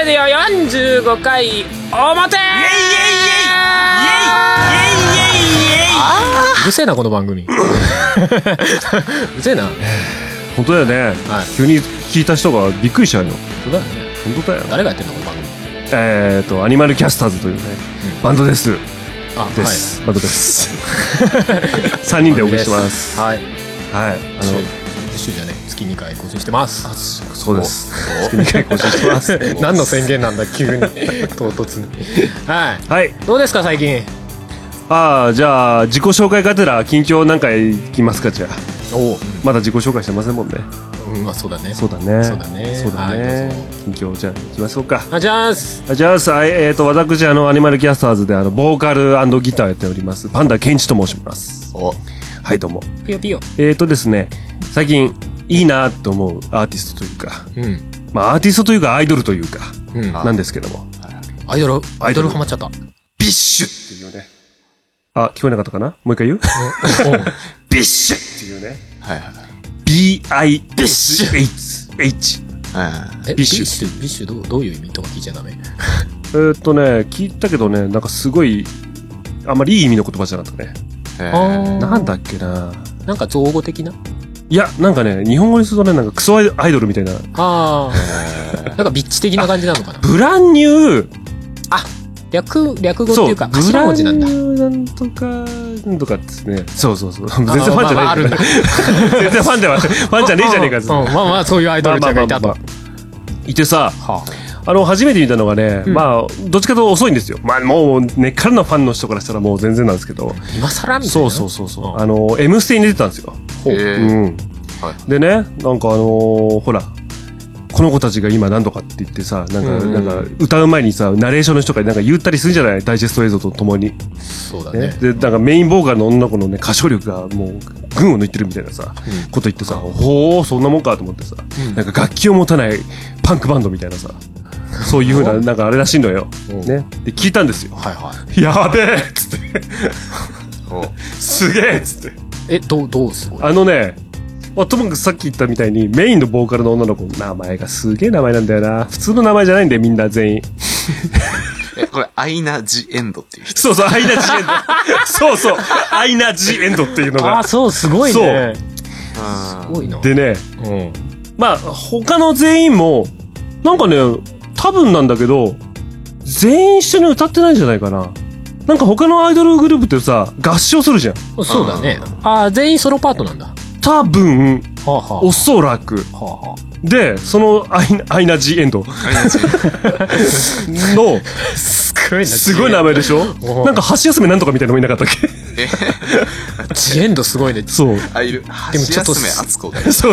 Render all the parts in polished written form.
ディオ45回表。イエイイエイイエイイエイイエイイエイイエイ。うるせえなこの番組。うるせえな。 本当だよね、はい、急に聞いた人がびっくりしちゃうよ。 本当だよね。 本当だよ。 誰がやってんのこの番組。 アニマルキャスターズというね、バンドです。です、はい、バンドです。3人でお送りしてます。はいはい。 週じゃね、月2回更新してます。 そうです。月2回更新してます。 何の宣言なんだ急に唐突に。はい、はい、どうですか最近。 じゃあ自己紹介がてら近況何回いきますか。じゃあまだ自己紹介してませんもんね。 まあそうだね。 そうだね。そうだね。近況じゃあ行きましょうか。 じゃあ私私アニマルキャスターズでボーカル&ギターやっておりますパンダケンチと申します。はいどうも。 ピヨピヨ。 ですね、最近いいなと思うアーティストというか、まあアーティストというかアイドルというかなんですけども、 アイドルハマっちゃった。 ビッシュっていうね。聞こえなかったかな。もう一回言う。ビッシュっていうね。はいはい。B-I-S-H。ビッシュ。ビッシュどういう意味とか聞いちゃダメ。 聞いたけどね、なんかすごいあんまりいい意味の言葉じゃなかったね。なんだっけな。 なんか造語的な。 いやなんかね、日本語にするとね、なんかクソアイドルみたいな。なんかビッチ的な感じなのかな。 ブランニュー。 略語っていうか頭文字なんだ。 なんとかなんとかですね。そう全然ファンじゃない。全然ファンじゃねえじゃねえか。 まあそういうアイドルちゃんがいたと。 いてさ、初めて見たのがね、まあどっちかと遅いんですよ。まあもう根っからのファンの人からしたらもう全然なんですけど。 今更みたいな。 そう。M ステに出てたんですよ。でね、なんかほら。この子たちが今何とかって言ってさ、なんか歌う前にさ、ナレーションの人がなんか言ったりするんじゃない、ダイジェスト映像とともに。 そうだね。 で、なんかメインボーカルの女の子のね、歌唱力がもう群を抜いてるみたいなさ、こと言ってさ、ほー、そんなもんかと思ってさ、なんか楽器を持たないパンクバンドみたいなさ、そういう風な、なんかあれらしいのよ。ね。で、聞いたんですよ。やべえっつって。すげえっつって。 どうすごい。 ともかくさっき言ったみたいにメインのボーカルの女の子の名前がすげえ名前なんだよな。普通の名前じゃないんだよみんな全員。 これアイナ・ジ・エンドっていう人。 そうアイナ・ジ・エンド。そうアイナ・ジ・エンドっていうのが。 そうすごいね。すごいな。 でね、まあ他の全員もなんかね、多分なんだけど全員一緒に歌ってないんじゃないかな。なんか他のアイドルグループってさ合唱するじゃん。 そうだね。全員ソロパートなんだ。 多分、おそらく。で、そのアイナ・ジ・エンドのすごい名前でしょ。なんか箸休めなんとかみたいなのもいなかったっけ。 ジ・エンドすごいね。 そう。 でも箸休め敦子が。 そう。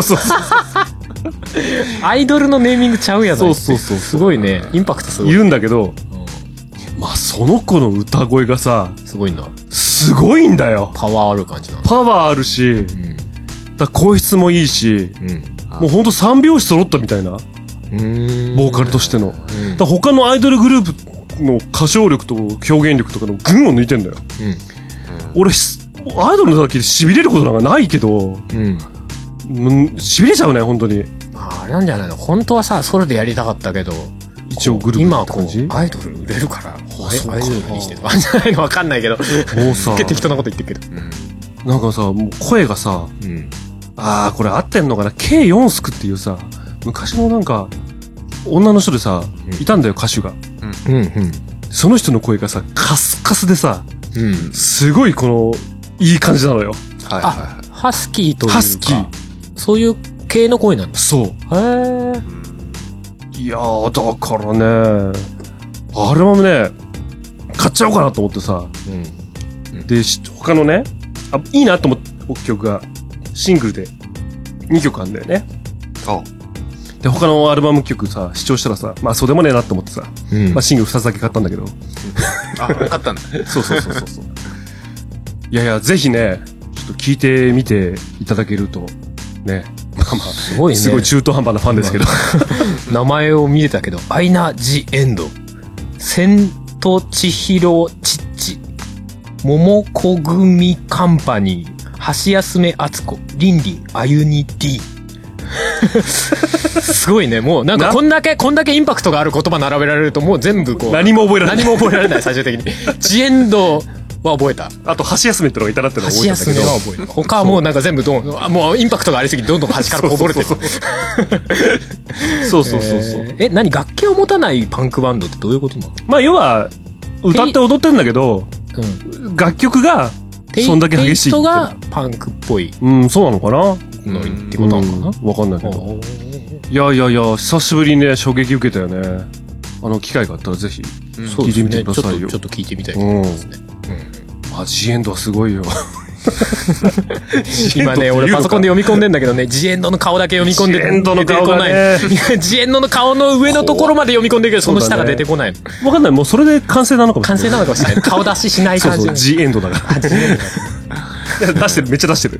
アイドルのネーミングちゃうやつ。そう。すごいね。インパクトすごい。 いるんだけど、まあその子の歌声がさ、 すごいんだ。 すごいんだよ。 パワーある感じなの。 パワーあるし。声質もいいし、もうほんと3拍子揃ったみたいなボーカルとしての。他のアイドルグループの歌唱力と表現力とかの群を抜いてんだよ。俺アイドルの時で痺れることなんかないけど、痺れちゃうね本当に。 あれなんじゃないの。本当はさソロでやりたかったけど、 一応グループ今こうアイドル売れるからアイドルにしてるわじゃないのわかんないけど、もうさ適当なこと言ってるけど、 なんかさもう声がさ、これ合ってんのかな。K ヨンスクっていうさ昔のなんか女の人でさ、いたんだよ歌手が。その人の声がさカスカスでさ、すごいこのいい感じなのよ。ハスキーというか。ハスキー。 そういう系の声なんだ。 そう。いやーだからね、あれもね買っちゃおうかなと思ってさ。で他のね、いいなと思った曲がシングルで2曲あるんだよね。で他のアルバム曲さ視聴したらさ、まあそうでもねえなと思ってさ、まあシングル2つだけ買ったんだけど。 買ったんだ。 そう。いやぜひねちょっと聞いてみていただけるとね。すごいね。すごい中途半端なファンですけど。 名前を見れたけど、アイナ・ジ・エンド、千と千尋チッチ、桃子組カンパニー、箸休め敦子、リンリン、あゆに D。 すごいね。もうなんかこんだけインパクトがある言葉並べられるともう全部こう。 何も覚えられない。 何も覚えられない、最終的に。ジエンドは覚えた。 あと、箸休めってのがいたなってのは覚えたんだけど。 箸休めは覚えた。他はもうなんか全部もうインパクトがありすぎてどんどん端からこぼれてる。 そうそう。 何楽器を持たないパンクバンドってどういうことなの？ まあ、要は、歌って踊ってんだけど、楽曲が、そんだけ激しいって。 テイストがパンクっぽい。 そうなのかなノリってことなのかな？ わかんないけど。いや、久しぶりにね、衝撃受けたよね。機会があったらぜひ、聞いてみてくださいよ。 ちょっと聞いてみたいと思いますね。 ジエンドはすごいよ。 今ね、俺パソコンで読み込んでんだけどね、ジエンドの顔だけ読み込んでジエンドの顔がね。 ジエンドの顔の上のところまで読み込んでるけど、その下が出てこないの。 わかんない。もうそれで完成なのかもしれない。 完成なのかもしれない。顔出ししない感じ。 そう、ジエンドだから。出してる、めっちゃ出してる。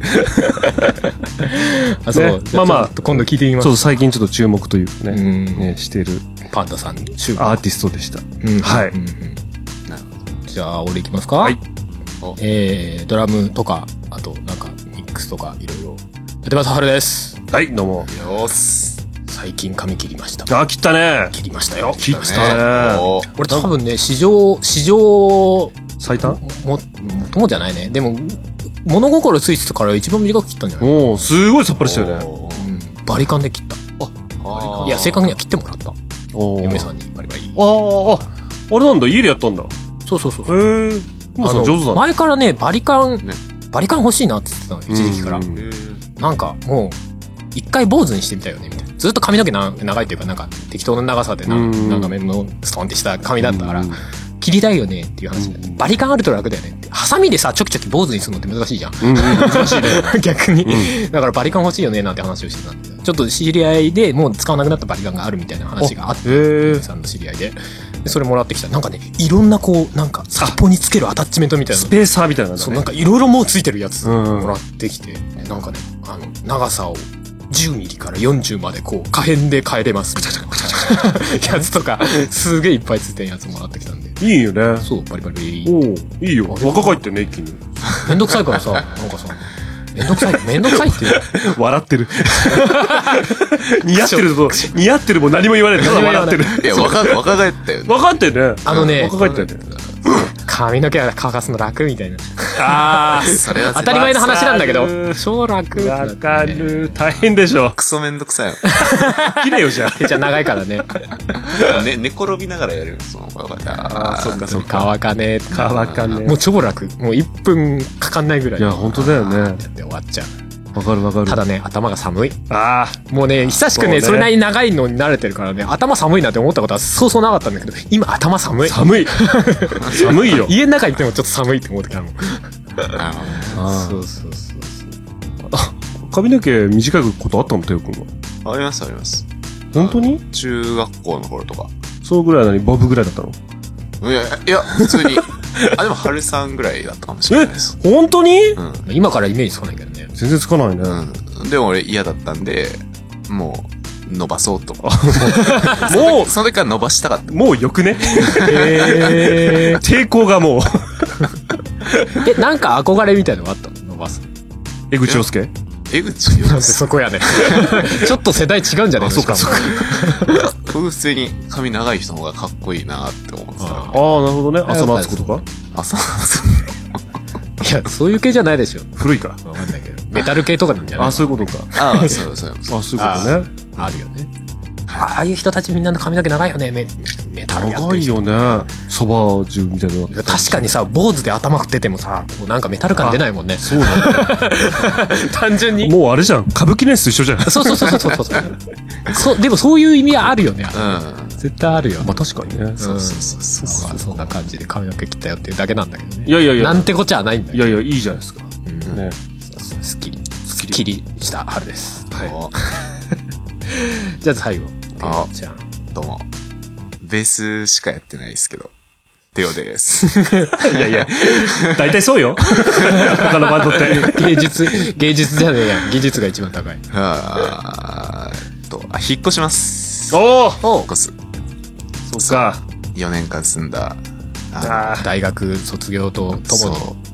そう。まあまあ、今度聞いてみます。 そう、最近ちょっと注目というね、している。 パンダさん、アーティストでした。はい。 じゃあ、俺いきますか？はい。ドラムとか、あと、なんか、ミックスとか、いろいろ。やってます、はるです。 はい、どうも。 よーす。 最近髪切りました。 切ったね。 切りましたよ。 切ったね。 俺多分ね、史上、 最短もじゃないね。でも、物心ついてたから一番短く切ったんじゃない？ すごいさっぱりしたよね。 バリカンで切った。いや、正確には切ってもらった。嫁さんにバリバリ。 あれなんだ、家でやったんだ。 そう。 へえ。上手だね。 前からね、バリカン欲しいなって言ってたのよ、一時期から。なんか、もう、一回坊主にしてみたいよね、みたいな。ずっと髪の毛長いっていうか、なんか、適当な長さで長めのストンってした髪だったから、切りたいよねっていう話で。バリカンあると楽だよねって。ハサミでさ、ちょき坊主にするのって難しいじゃん。難しいね。逆に。だからバリカン欲しいよねなんて話をしてたんで。ちょっと知り合いでもう使わなくなったバリカンがあるみたいな話があって、さんの知り合いで。それもらってきた。なんかね、いろんなこう、なんか、先っぽにつけるアタッチメントみたいな。 スペーサーみたいなのね。 そう、なんかいろいろもうついてるやつもらってきて、なんかね、長さを10ミリから40までこう、可変で変えれますみたいなやつとか、すげえいっぱいついてるやつもらってきたんで。 いいよね。 そう、バリバリ。 いいよ。若返ってね、一気に。 めんどくさいからさ、なんかさ、めんどくさいって笑ってる。似合ってるも何も言わないで、ただ笑ってる。 いや、若返ったよね。 若返ってね。 若返ったよね。 髪の毛は乾かすの楽みたいな。 それは当たり前の話なんだけど、超楽。 わかる。大変でしょ。 クソめんどくさいよ。 綺麗よ、じゃあ。 じゃあ長いからね。 寝転びながらやるよ、その子が。 そっか。 乾かね。もう超楽。もう1分かかんないぐらい。 いや、本当だよね。 で終わっちゃう。 わかる。 ただね、頭が寒い。 ああ。 もうね、久しくね、それなりに長いのに慣れてるからね、頭寒いなって思ったことはそうそうなかったんだけど、今頭寒い。 寒いよ。 家の中行ってもちょっと寒いって思ってからも。そう。 髪の毛短いことあったの、テオ君は。 あります。 本当に？ 中学校の頃とか。 そうぐらいボブぐらいだったの？ いや、普通に。でも、春さんぐらいだったかもしれないです。 本当に？ 今からイメージつかないけどね。 全然つかないね。 でも俺嫌だったんで、もう、伸ばそうと。もう、その時から伸ばしたかった。 もうよくね？抵抗がもう。 なんか憧れみたいなのがあったの？伸ばす。 江口洋介？ 江口洋介。 そこやね。ちょっと世代違うんじゃないですか。 僕普通に髪長い人の方がかっこいいなって思ってた。 なるほどね。浅野敦子とか？ 浅野敦子。いや、そういう系じゃないでしょ。 古いか。 わかんないけど。メタル系とかなんじゃない？ そういうことか。 そういうことね。 あるよね。ああいう人たちみんなの髪の毛長いよね。メタルやってる人。 長いよね。そば銃みたいな。 確かにさ、坊主で頭振っててもさ、もうなんかメタル感出ないもんね。 そうだね。 単純に。 もうあれじゃん。歌舞伎のやつと一緒じゃん。 そう。でもそういう意味はあるよね。絶対あるよ。 まあ確かにね。 そう。 そんな感じで髪の毛切ったよっていうだけなんだけどね。 いや。 なんてこっちゃないんだよ。 いや、いいじゃないですか。ね。 すっきりした春です。 はい。 じゃあ最後。じゃん。 どうも。ベースしかやってないですけど。テオです。 いや。大体そうよ。他のバンドって。 芸術じゃねえや。技術が一番高い。 引っ越します。 引っ越す。 そうか。 4年間住んだ。 大学卒業とともに。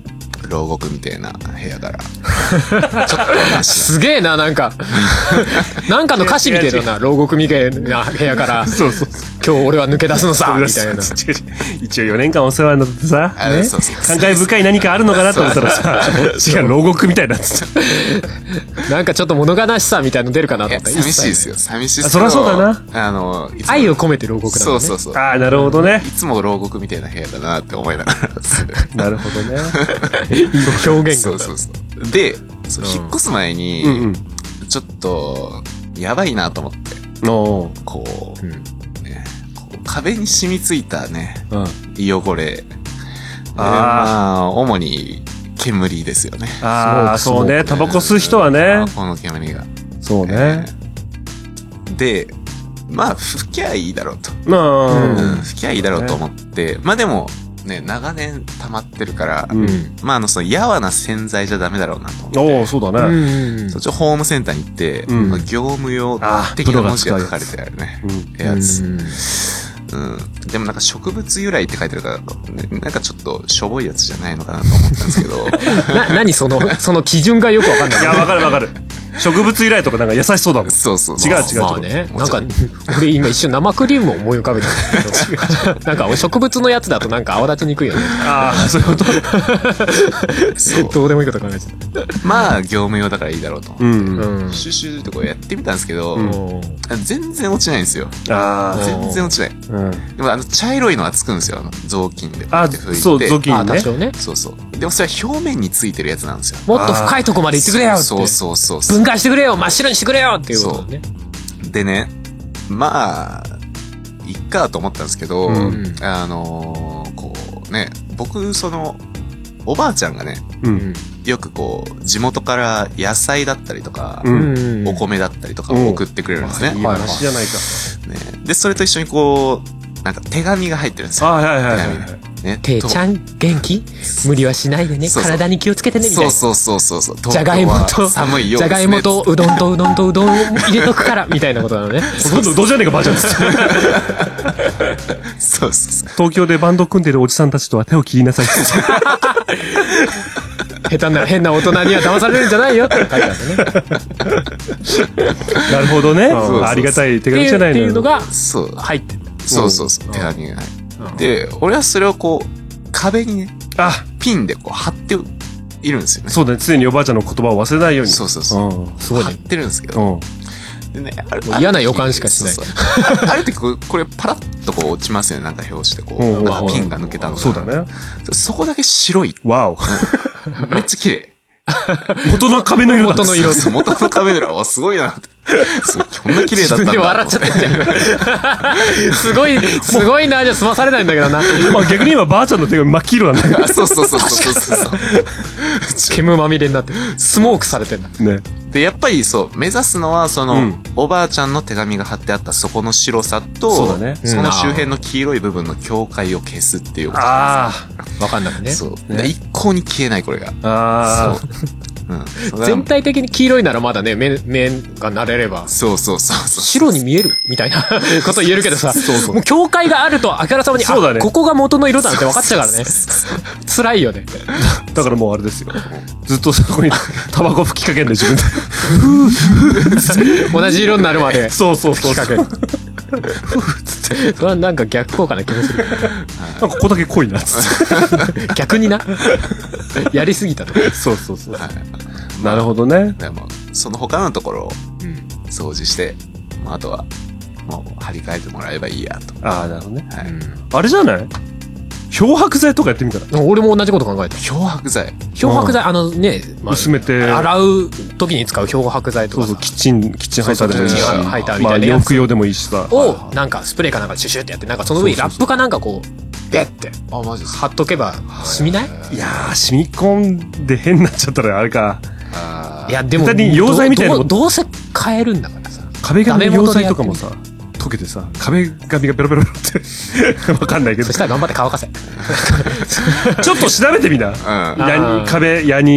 牢獄みたいな部屋からちょっと話すげえな、なんかなんかの歌詞みたいだな、牢獄みたいな部屋からそうそう今日俺は抜け出すのさみたいな。 一応4年間お世話になってさ、ね、 そうそう感慨深い何かあるのかなと思ったらさ違う、牢獄みたいなっつってなんかちょっと物悲しさみたいの出るかなと思ったら、 寂しいですよ、寂しいです。 そりゃそうだな。 愛を込めて牢獄だもんね。 そうそうそう。 ああ、なるほどね。 いつも牢獄みたいな部屋だなって思いながらなるほどね。 表現が。 そうそうそう。で、引っ越す前に、ちょっと、やばいなと思って。こう、ね、壁に染みついたね、汚れ。まあ、主に煙ですよね。 ああ、そうね。タバコ吸う人はね。 この煙が。 そうね。 で、まあ、吹きゃいいだろうと。吹きゃいいだろうと思って、まあでも、ね、長年溜まってるから、まあその、やわな洗剤じゃダメだろうなと思って。 おお、そうだね。 そっちホームセンターに行って、業務用的な文字が書かれてあるね、やつ。でもなんか植物由来って書いてるから、なんかちょっとしょぼいやつじゃないのかなと思ったんですけど。 何その基準がよくわかんない。 いや、わかるわかる。植物由来とかなんか優しそうだもん。 そうそう。 違う違う。 まあね。なんか、俺今一瞬生クリームを思い浮かべたんだけど。なんか植物のやつだとなんか泡立ちにくいよね。 ああ、そういうこと。 そう。どうでもいいこと考えちゃった。 まあ、業務用だからいいだろうと思って。シュシュってこうやってみたんですけど、全然落ちないんですよ。全然落ちない。でも茶色いのはつくんですよ。雑巾で。 そう、雑巾ね。 そうそう。でもそれは表面についてるやつなんですよ。 もっと深いとこまで行ってくれよって。 そうそうそう。 分解してくれよ、真っ白にしてくれよっていうことね。 でね、まあ、いっかと思ったんですけど、こうね、僕、おばあちゃんがね、よくこう、地元から野菜だったりとか、お米だったりとかを送ってくれるんですね。 いい話じゃないか。 で、それと一緒にこう、なんか手紙が入ってるんですよ。 はいはいはい。 ね、てーちゃん元気？無理はしないでね。体に気をつけてねみたいな。 そう。 じゃがいもと寒いよ。 じゃがいもとうどんとうどんとうどんを入れとくからみたいなことなのね。 うどんじゃねえかばあちゃんです。 そう。 東京でバンド組んでるおじさんたちとは手を切りなさい。 下手な変な大人には騙されるんじゃないよって書いてあるね。 なるほどね。ありがたい手紙じゃないの。 っていうのが入ってる。 そう。手紙が入って。で、俺はそれをこう、壁にね、ピンでこう貼っているんですよね。 そうだね。常におばあちゃんの言葉を忘れないように。 そう。すごい貼ってるんですけど。でね、 嫌な予感しかしない。 ある時これパラッとこう落ちますよね。なんか表紙でこう、ピンが抜けたのが。 そうだね。 そこだけ白い。 わお。 めっちゃ綺麗。 元の壁の色だ。 元の壁の色。すごいなって。こんな綺麗だったんだ。 自分で笑っちゃってんじゃん。すごいな、じゃ済まされないんだけどな。 まあ逆に今ばあちゃんの手が真っ黄色なんだよ。 そう。 煙まみれになってる。スモークされてんだ。 ね。 で、やっぱり目指すのはおばあちゃんの手紙が貼ってあったそこの白さと、 そうだね。 その周辺の黄色い部分の境界を消すっていうこと。 わかんなくね。 そう。一向に消えない、これが。そう。 全体的に黄色いならまだね、目が慣れれば。 そう。 白に見えるみたいなこと言えるけどさ、もう境界があるとあからさまに、ここが元の色だって分かっちゃうからね。辛いよね。 だからもうあれですよ。ずっとそこにタバコ吹きかけるんで自分で。 同じ色になるまで。 そう。 吹きかける。それはなんか逆効果な気もする。 ここだけ濃いなっつって。逆にな。やりすぎたと。 そう。なるほどね。 でもその他のところを掃除して、あとはもう張り替えてもらえばいいやと。 なるほどね。あれじゃない？漂白剤とかやってみたら。 俺も同じこと考えた。 漂白剤薄めて洗う時に使う漂白剤とか。 そう、キッチンハイターでもいいし、 ハイターみたいなやつ。 洋服用でもいいしさ。 をなんかスプレーかなんかシュシュってやって、なんかその上にラップかなんかこうベッて貼っとけば染みない？ いやー、染み込んで変になっちゃったらあれか。 いやでも溶剤みたいなのどうせ変えるんだからさ。 壁紙の溶剤とかもさ溶けてさ、壁紙がベロベロってわかんないけど。 そしたら頑張って乾かせ。 ちょっと調べてみな。壁、ヤニ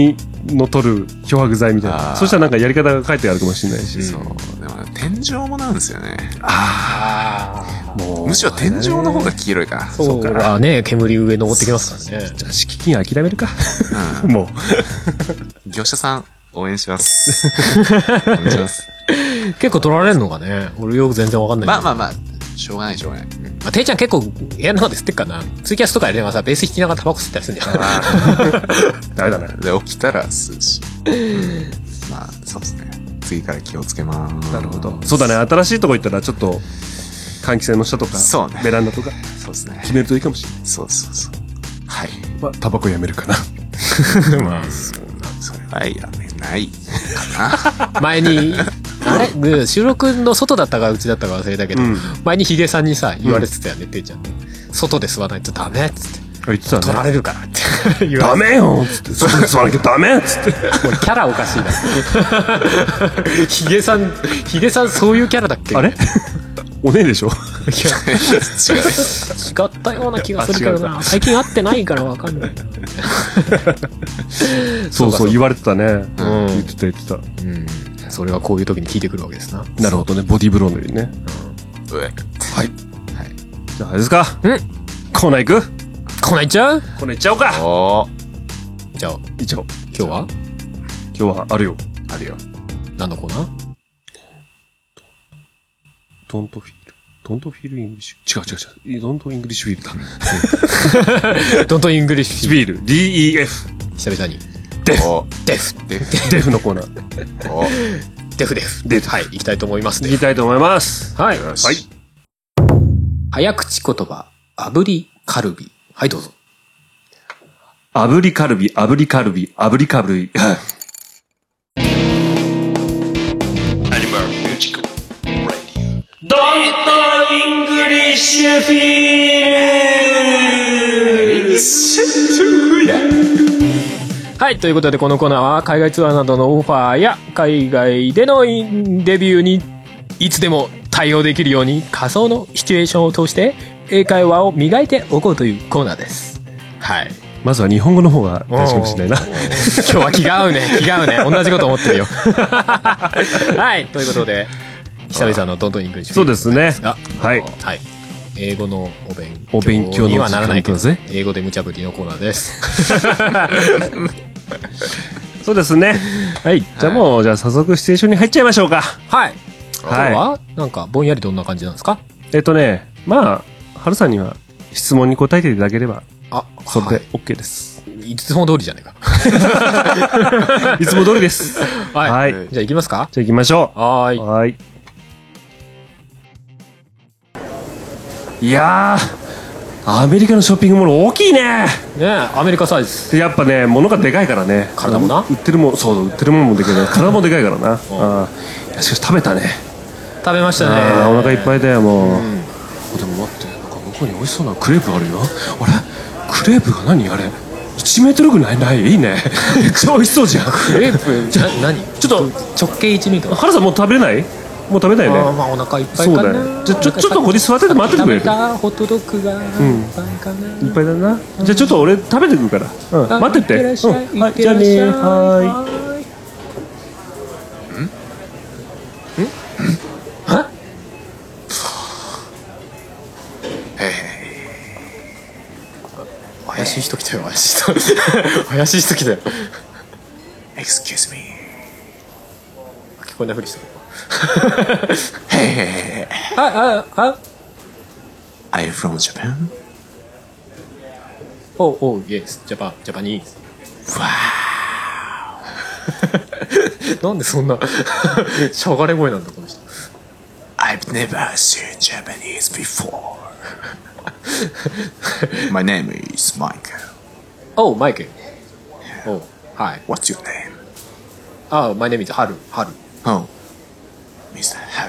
の取る漂白剤みたいな。そしたらなんかやり方が書いてあるかもしれないし。 そう。でも天井もなんですよね。 もうむしろ天井の方が黄色いかな。 そうかね、煙上登ってきますからね。 じゃあ敷金諦めるか。もう。業者さん、応援します。お願いします。 結構取られるのかね。俺よく全然わかんない。 まあ、しょうがない。まあ、ていちゃん結構部屋の中で吸ってっかな。ツイキャスとかやりながらさ、ベース弾きながらタバコ吸ったりするんじゃない？ ダメだね。 で、起きたら吸うし。まあ、そうですね。次から気をつけます。 なるほど。そうだね。新しいとこ行ったらちょっと、換気扇の下とか、 そうね。 ベランダとか、 そうですね。 決めるといいかもしれない。 そう。はい。 まあ、タバコやめるかな。 まあ、そうなんそれはやめないかな。 前に、あれ収録の外だったかうちだったか忘れたけど、前にヒゲさんにさ、言われてたよね、ていちゃんね。外で吸わないとダメっつって。 言ってたね。 取られるからって言われて。 ダメよっつって。外で吸わなきゃダメっつって。 もうキャラおかしいな。ヒゲさんそういうキャラだっけ？ あれおねえでしょ？ 違ったような気がするけどな。最近会ってないからわかんないな。 そう言われてたね。言ってた。 それはこういう時に聞いてくるわけですな。 なるほどね。ボディーブローのようにね。はい。じゃああれですか？コーナー行く？ コーナー行っちゃう？ コーナー行っちゃおうか。 じゃあ行っちゃおう。 今日はあるよ。 何のコーナー？ ドントフィールイングリッシュ。違う。ドントイングリッシュフィールだ。 ドントイングリッシュフィール。DEF。 久々に。 デフのコーナー。 デフ。はい、行きたいと思いますね。 行きたいと思います。 はい。早口言葉、炙りカルビ。はい、どうぞ。 炙りカルビ。アニマルミュージック。ドントイングリッシュフィール。 はい、ということでこのコーナーは海外ツアーなどのオファーや海外でのデビューにいつでも対応できるように仮想のシチュエーションを通して英会話を磨いておこうというコーナーです。はい。 まずは日本語の方が大事かもしれないな。 今日は気が合うね。同じこと思ってるよ。はい、ということで久々のドントイングリッシュ。 そうですね。はい。 英語のお勉強にはならないけど、英語で無茶ぶりのコーナーです。 そうですね。はい。じゃあ早速シチュエーションに入っちゃいましょうか。 はい。今日はなんかぼんやりどんな感じなんですか？ まあ春さんには質問に答えていただければ、それで OK です。 いつも通りじゃねえか。いつも通りです。 はい。じゃあ行きますか？ じゃあ行きましょう。 はい。 いやー、アメリカのショッピングモール大きいね。 アメリカサイズ。 やっぱね、物がでかいからね。 体もな。 売ってるものもでかいから、体もでかいからな。しかし食べたね。 食べましたね。 お腹いっぱいだよ、もう。でも待って、なんか向こうに美味しそうなクレープあるよ。あれクレープが何あれ1メートルぐらいないいいね。めっちゃ美味しそうじゃん。 クレープじゃ何？ちょっと直径1メートル。 原さんもう食べれない？もう食べたいね。 まあお腹いっぱいかな。 そうだね。じゃあちょっとここに座ってて待っててくれる？ ホットドッグがいっぱいかな。 いっぱいだな。じゃあちょっと俺食べてくるから。待ってて。はい、じゃあね。は怪しい人来たよ。怪しい人来たよ。 Excuse me。 聞こえないふりした。 Hey. Are you from Japan? Oh, yes. Japanese. Wow. なんでそんなしゃがれ声なんだこの人。 I've never seen Japanese before. My name is Michael. Oh, Michael. Oh, hi. What's your name? My name is Haru. Oh, Mr. Haru.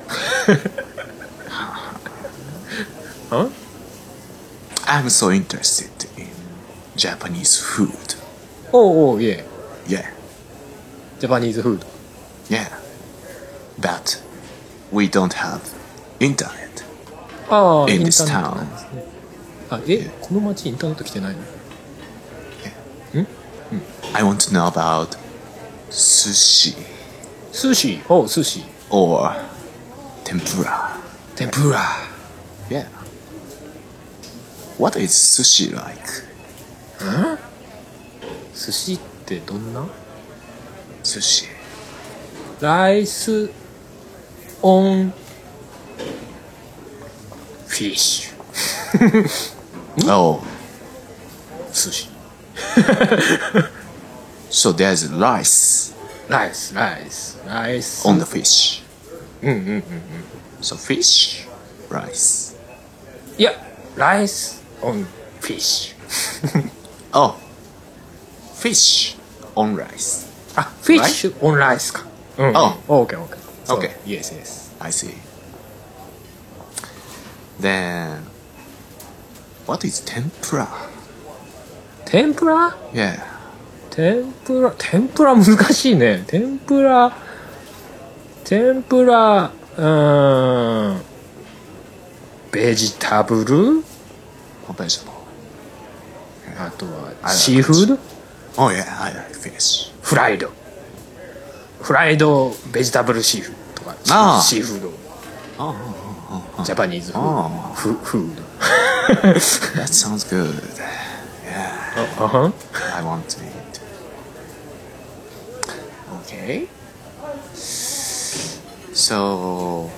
Huh? I'm so interested in Japanese food. Oh, yeah. Yeah. Japanese food. Yeah. But we don't have internet in this town. この町インターネット来てないの？ I want to know about sushi 寿司。お、寿司。 or tempura. 天ぷら。 Yeah. What is sushi like? 寿司ってどんな？ Sushi. ライスオンフィッシュ。 Oh, 寿司。 so there's rice ライス。 on the fish. うんうんうんうん。 So fish, rice. いや、ライスオンフィッシュ。 Oh, fish on rice. あ、フィッシュオンライスか。うん。 あオーケーオーケー。 Okay. Yes, yes. I see. Then, what is tempura? 天ぷら？ Yeah. 天ぷら難しいね。天ぷら、ベジタブル、 What vegetable? あとはシーフード、 Oh yeah, I like fish. フライドベジタブルシーフとか、 ああシーフード、 Oh, ジャパニーズフード。 that sounds good. Yeah, あはん。 I want to eat. Okay. So,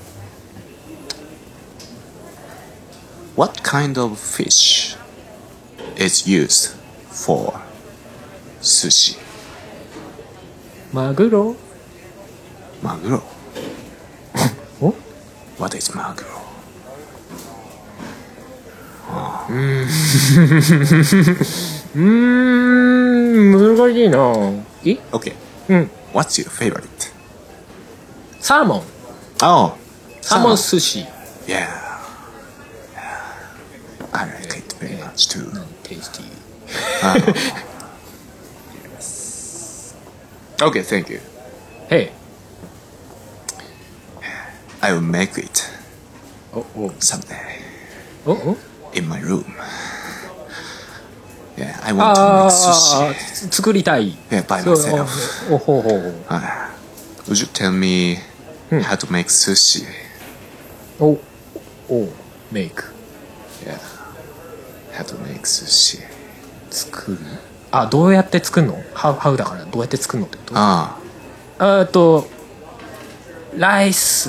what kind of fish is used for sushi? マグロ？ Maguro. お？ What is maguro? 難しいな。 Okay. うん。 What's your favorite? サーモン。 Oh, サーモン寿司。 yeah. I like it very much too. テイスティー。 Okay, thank you. へい。 I will make it お someday お in my room. Yeah, I want to make あ sushi. あ、作りたい。 Yeah, by そう myself. おほうほうほう。 Would you tell me how to make sushi? おメイク Yeah, how to make sushi. 作る。あ、どうやって作るの？ハウだからどうやって作るのってこと？ Ah, ライス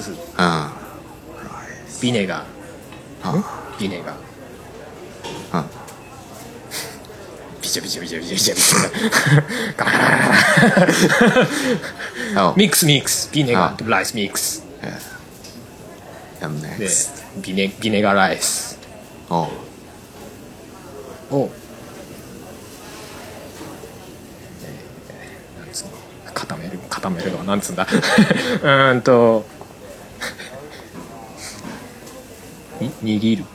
rice. ビネガー。ビネガー。ビチャビチャビチャビチャビチャビチャ。ガラガラガラガラ。 Oh, ミックスビネガーとライスミックス and で next. ビネガーライス Oh, をなんつうの固めるのはなんつうんだ握る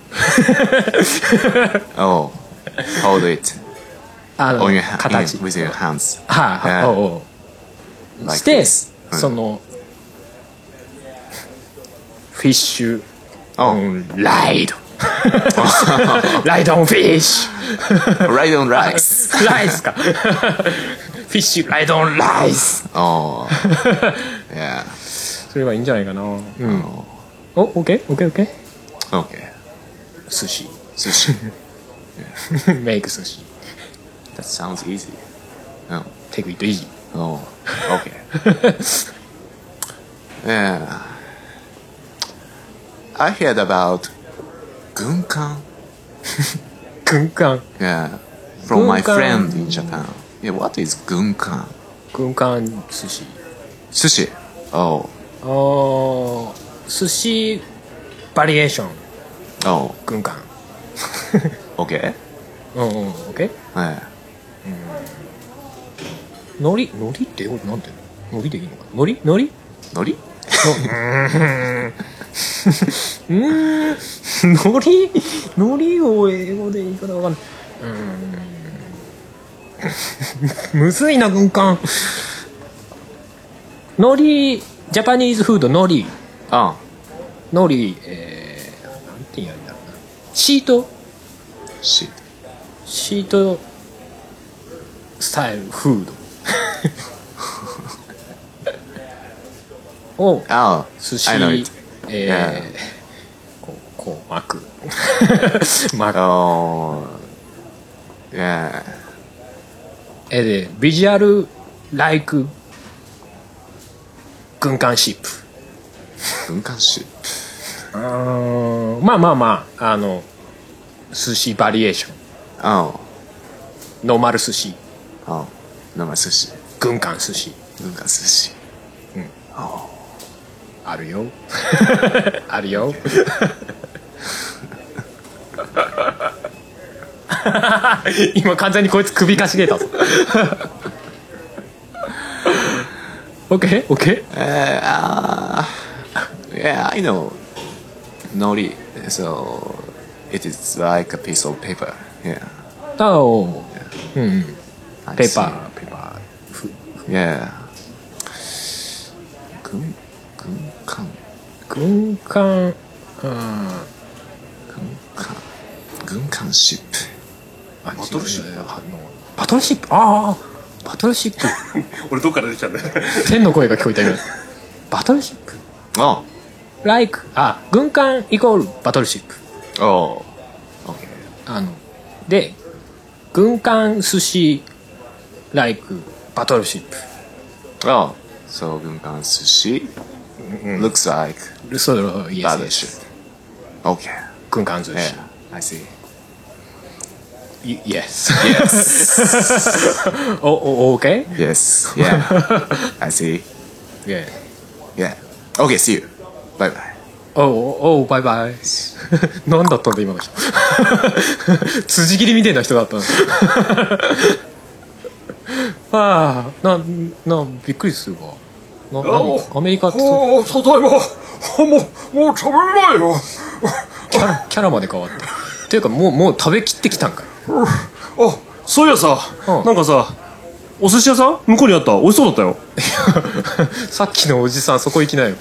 oh, hold it あの on your 形 with your hands. はい、 Yeah. おう Like して、 this. そのフィッシュ Oh, ライドライドオンフィッシュ right on rice. ライスかフィッシュライドオンライス Oh, yeah. それはいいんじゃないかな。うん。お、オッケー Okay. 寿司 Sushi. メイク寿司 That sounds easy. Oh, Take it easy. oh, okay. Yeah. I heard about gunkan. 軍艦 Yeah, from my Gunkan. friend in Japan. Yeah, what is gunkan? 軍艦寿司 Sushi. Oh, 寿司バリエーション oh, 軍艦 okay. オッケー Yeah. 海苔って英語でなんていうの？海苔でいいのかな？海苔 Nori? 海苔を英語で言い方わかんない。むずいな軍艦。海苔ジャパニーズフード海苔 Oh, なんて言うんだろうな。シート shit. シートスタイルフードを 寿司 I know it. こう巻く Oh, yeah. でビジュアルライク軍艦シップ。 軍艦シップ。 まあ寿司バリエーション。 Oh. ノーマル寿司、 Oh. 生寿司。 軍艦寿司軍艦寿司。 あるよあるよ今完全にこいつ首かしげたぞOK? Yeah, I know. Nori. So it is like a piece of paper. Yeah. ペーパー Yeah. 軍艦軍艦シップ。 バトルシップバトルシップバトルシップ俺どっから出ちゃうんだよ天の声が聞こえたよバトルシップ Oh. like 軍艦イコールバトルシップ Oh. Okay. で軍艦寿司 like バトルシップ Oh. So 軍艦寿司 looks like そう yes, battleship. Okay. 軍艦寿司 Yeah. I see. Yes. Yes. Okay? Yes. Yeah. I see. Yeah. Yeah. Okay. See you. Bye bye. バイバイ何だったんだ今の人辻切りみたいな人だったびっくりするわアメリカってただいまもう食べないよキャラまで変わったっていうかもう食べきってきたんかいそういやさ、なんかさお寿司屋さん向こうにあった美味しそうだったよさっきのおじさんそこ行きなよ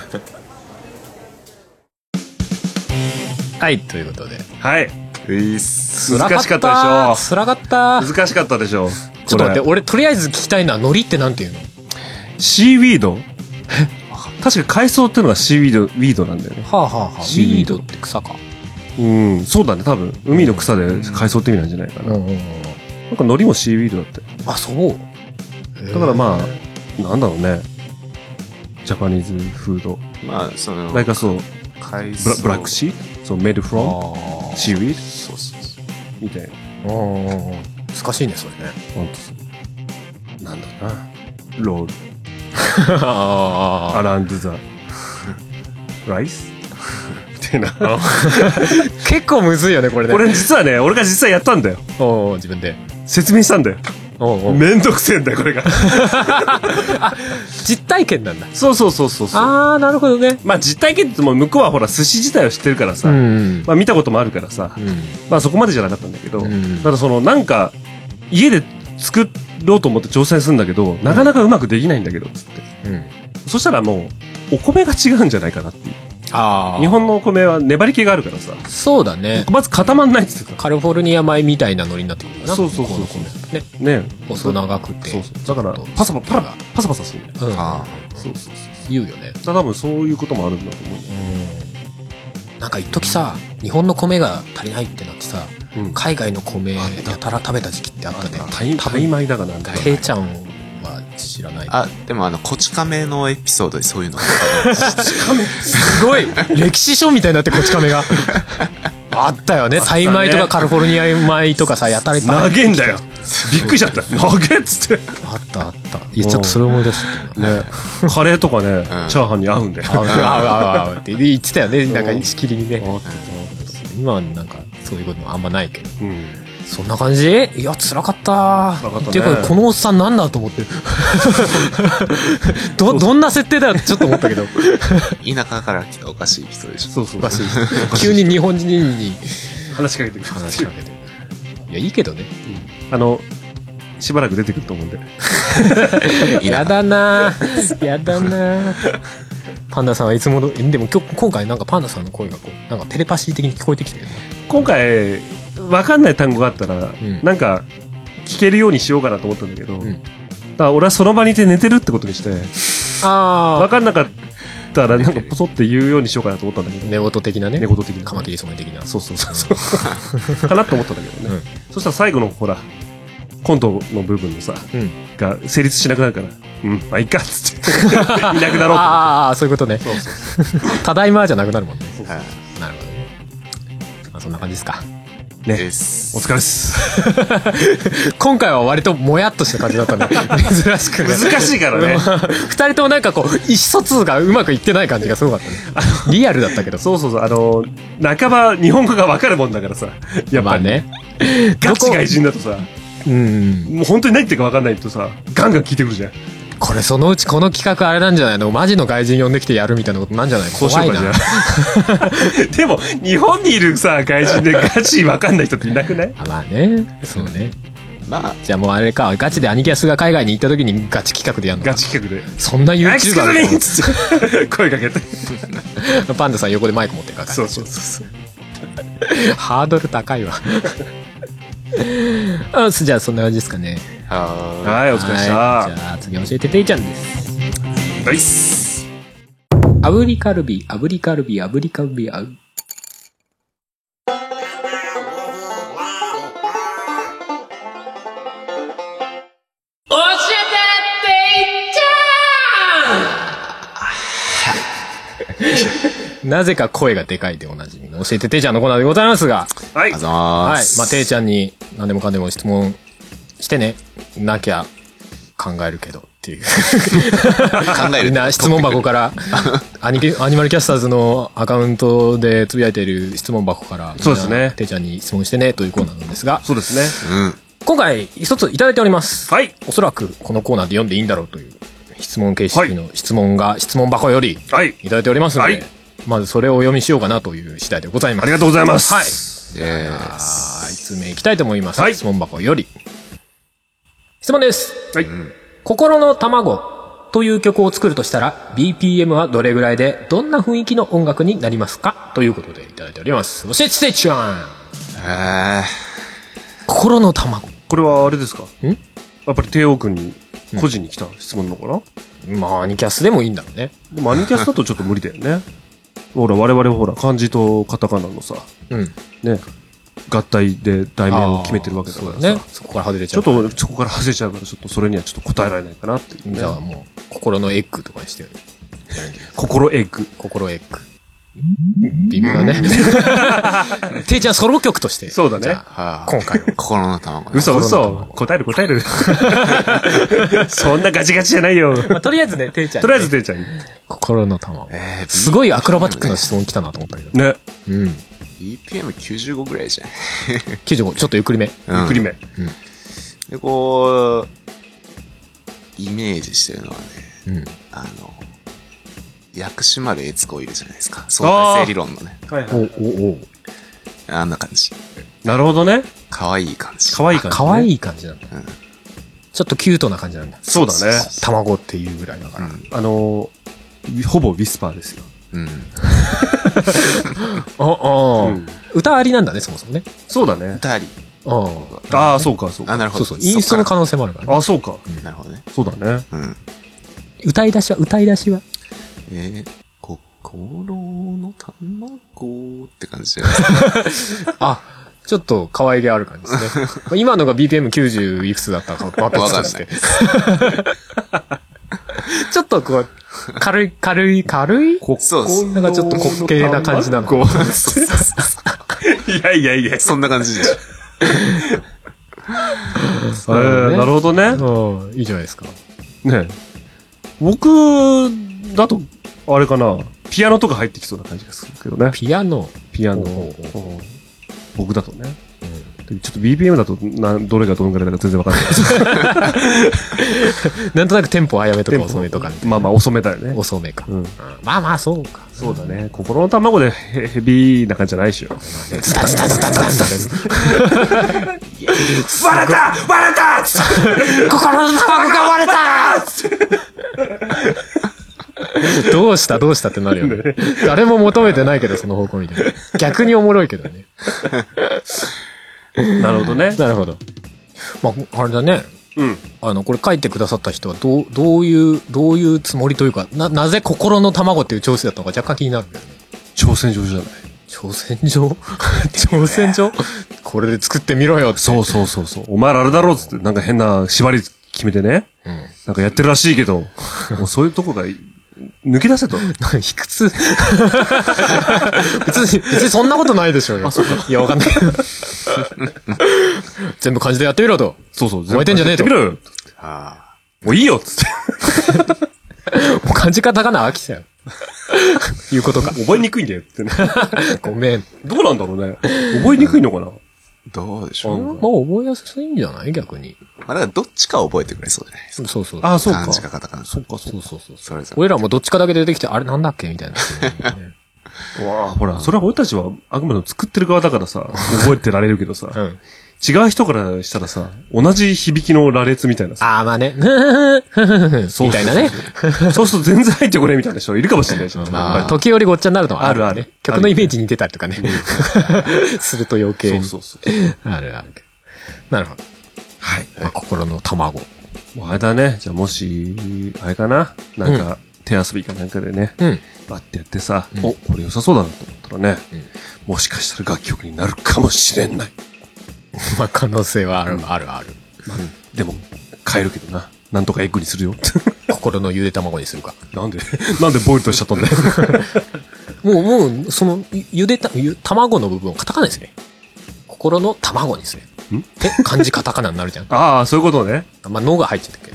はいということではい難しかったでしょつらかった難しかったでしょちょっと待って俺とりあえず聞きたいのは海苔ってなんていうのシーウィード確か海藻っていうのがシーウィードなんだよねウィードって草かそうだね多分海の草で海藻って意味なんじゃないかな、なんか海苔もシーウィードだってそうだからまあなんだろうねジャパニーズフードまあその like そう海藻ブラックシーそう made from シーウィードそうみたいな難しいねそれねほんとそうなんだろうなロールアランドザライスみたいな結構むずいよねこれね俺実はね俺が実際やったんだよ自分で説明したんだよめんどくせえんだよこれが実体験なんだそうなるほどねまあ実体験って言っても向こうはほら寿司自体を知ってるからさ、まあ見たこともあるからさ、まあそこまでじゃなかったんだけど、ただそのなんか家で作ろうと思って挑戦するんだけど、なかなかうまくできないんだけどつって、そしたらもうお米が違うんじゃないかなっていう日本のお米は粘り気があるからさそうだねまず固まんないっつってたカリフォルニア米みたいな海苔になってくるかなそうね細長くてだからパサパサするんだよそう言うよね多分そういうこともあるんだと思うなんか一時さ日本の米が足りないってなってさ海外の米やたら食べた時期ってあったねタイ米だかなんかケイちゃんは知らないでもこち亀のエピソードでそういうのすごい歴史書みたいになってこち亀があったよねタイ米とかカリフォルニア米とかさやたらいっぱい投げんだよびっくりしちゃった投げっつってあったいやちょっとそれ思い出したねカレーとかねチャーハンに合うんだよ合うって言ってたよねなんかしきりにね今はなんかそういうこともあんまないけどそんな感じいや辛かったっていうかこのおっさんなんだと思ってどんな設定だよってちょっと思ったけど田舎から来たおかしい人でしょそう急に日本人に話しかけていやいいけどねしばらく出てくると思うんでやだなパンダさんはいつものでも今回なんかパンダさんの声がこうなんかテレパシー的に聞こえてきてる今回分かんない単語があったら、なんか聞けるようにしようかなと思ったんだけど、だから俺はその場にいて寝てるってことにして、分かんなかったらなんかポソって言うようにしようかなと思ったんだけど、 寝言的なね。 寝言的な。 カマキリ染め的な。 そうそうそうそう。かなと思ったんだけどね。そしたら最後のほら、コントの部分のさ、が成立しなくなるから、まあいいかっつって、いなくなろうと思って。 ああ、そういうことね。 そうそうそう。 ただいまじゃなくなるもんね。 はい。 なるほどね。まあそんな感じですか。 ね。 です。 お疲れっす。 今回は割ともやっとした感じだったね。珍しくね。 難しいからね。 二人ともなんかこう、意思疎通がうまくいってない感じがすごかったね。リアルだったけど。 そうそうそう。半ば日本語がわかるもんだからさ。やっぱりね。ガチ外人だとさ、もう本当に何言ってるかわかんないとさ、ガンガン聞いてくるじゃん。 これそのうちこの企画あれなんじゃないの？マジの外人呼んできてやるみたいなことなんじゃない？ そうしようかじゃあ。でも、日本にいるさ、外人でガチわかんない人っていなくない？ まあね。そうね。 まあ。 じゃあもうあれか、ガチでアニキャスが海外に行った時にガチ企画でやるのか。 ガチ企画で。 そんな YouTuber でつって声かけて。 パンダさん横でマイク持ってるから。 そうそうそう。 ハードル高いわ。じゃあそんな感じですかね。 はい、お疲れ様でした。 じゃあ次教えてていちゃんです。 ナイス。 炙りカルビ、炙りカルビ、炙りカルビ、教えてていちゃん。なぜか声がでかいでおなじみの教えてていちゃんのコーナーでございますが。 はい。 はい。まあ、ていちゃんに何でもかんでも質問してね。なきゃ考えるけどっていう。 考える。 みんな質問箱から、アニマルキャスターズのアカウントでつぶやいている質問箱から、 そうですね。 ていちゃんに質問してねというコーナーなんですが。 そうですね。 今回一ついただいております。 はい。 おそらくこのコーナーで読んでいいんだろうという質問形式の質問が質問箱よりいただいておりますので、まずそれをお読みしようかなという次第でございます。 ありがとうございます。 はい。1通目いきたいと思います。質問箱より。質問です。 はい。 心の卵という曲を作るとしたら BPM はどれぐらいでどんな雰囲気の音楽になりますかということでいただいております。教えてちゃん。心の卵。 これはあれですか？やっぱり帝王君に個人に来た質問なのかな？ まあアニキャスでもいいんだろうね。 でもアニキャスだとちょっと無理だよね。ほら我々ほら漢字とカタカナのさ、ね。合体で題名を決めてるわけだからさ、 ね、そこから外れちゃう。 ちょっとそこから外れちゃうからちょっとそれにはちょっと答えられないかなっていう、ね。 じゃあもう心のエッグとかにしてる。 心エッグ。 心エッグ。微妙だね。ていちゃんソロ曲として。 そうだね。 今回心の卵。 嘘。答える。そんなガチガチじゃないよ。 とりあえずね、ていちゃん。 とりあえずていちゃん。 心の卵。すごいアクロバティックな質問来たなと思ったけど。 ね。 BPM95 ぐらいじゃん。 95、ちょっとゆっくりめ。 ゆっくりめ。 で、こう、イメージしてるのはね、薬師丸悦子いるじゃないですか。相対性理論のね。あんな感じ。 なるほどね。 可愛い感じ。 可愛い感じなんだ。ちょっとキュートな感じなんだ。 そうだね。 卵っていうぐらいだから。 ほぼウィスパーですよ。 歌ありなんだね、そもそもね。 そうだね。 歌あり。 ああ、そうか。 なるほど。 そう。インストの可能性もあるからね。 あ、そうか。 なるほどね。 そうだね。 歌い出しは心の卵って感じじゃないですか。 あ、ちょっと可愛げある感じですね。今のが BPM90 いくつだったか分かんないですけど。ちょっとこう、軽いそうです。 なんかちょっと滑稽な感じなの。 いや。 そんな感じでしょ。なるほどね。 いいじゃないですか。 ね僕だと、あれかな、ピアノとか入ってきそうな感じがするけどね。 ピアノ。 僕だとね。ちょっと BPM だとどれがどのぐらいだか全然わかんないです。 なんとなくテンポ早めとか遅めとか。 まあ遅めだよね。 遅めか。まあそうか。 そうだね。心の卵でヘビーな感じじゃないでしょ。 ズタズタ割れた心の卵が割れたどうしたってなるよね。誰も求めてないけど、その方向みたいな。逆におもろいけどね。 なるほどね。 なるほど。 まあ、あれだね。 うん。 これ書いてくださった人はどういうつもりというか、なぜ心の卵っていう調子だったのか若干気になるんだよね。 挑戦状じゃない。 挑戦状挑戦状これで作ってみろよって。 そう。お前らあれだろっつって、なんか変な縛り決めてね。うん。なんかやってるらしいけど、もうそういうとこが、抜き出せと。 卑屈別にそんなことないでしょうよ。いや、わかんないけど。全部漢字でやってみろと。 そう。 燃えてんじゃねえと。 やってみろよ。もういいよっつって。 もう漢字カタカナ飽きたよ。いうことか。 覚えにくいんだよってね。 ごめん。 どうなんだろうね。覚えにくいのかな。 どうでしょう。 まあ覚えやすいんじゃない逆に。 まあだからどっちか覚えてくれそうじゃないですか。 そう。 そうか。 漢字かカタカナ。 そう。 それぞれ。 俺らもどっちかだけ出てきて、あれなんだっけみたいな。 わあ、ほら、それは俺たちはあくまでも作ってる側だからさ、覚えてられるけどさ、うん、違う人からしたらさ、同じ響きの羅列みたいなさ。 ああ、まあね。みたいなね。 そうすると全然入ってこれみたいな人いるかもしれないし。 まあ、時折ごっちゃになるのはあるある。 曲のイメージ似てたりとかね。すると余計に。 そう。 ある。なるほど。はい。まあ、心の卵。 もうあれだね。じゃあもし、あれかな。なんか、手遊びかなんかでね。バッてやってさ、お、これ良さそうだなと思ったらね。もしかしたら楽曲になるかもしれない。 まあ、可能性はある。 でも、変えるけどな。なんとかエッグにするよ。 心のゆで卵にするか。 なんでボイルとしちゃったんだよ。 もう、その、卵の部分をカタカナですね。心の卵にする。漢字カタカナになるじゃん。 ああ、そういうことね。 まあ、脳が入っちゃったけど。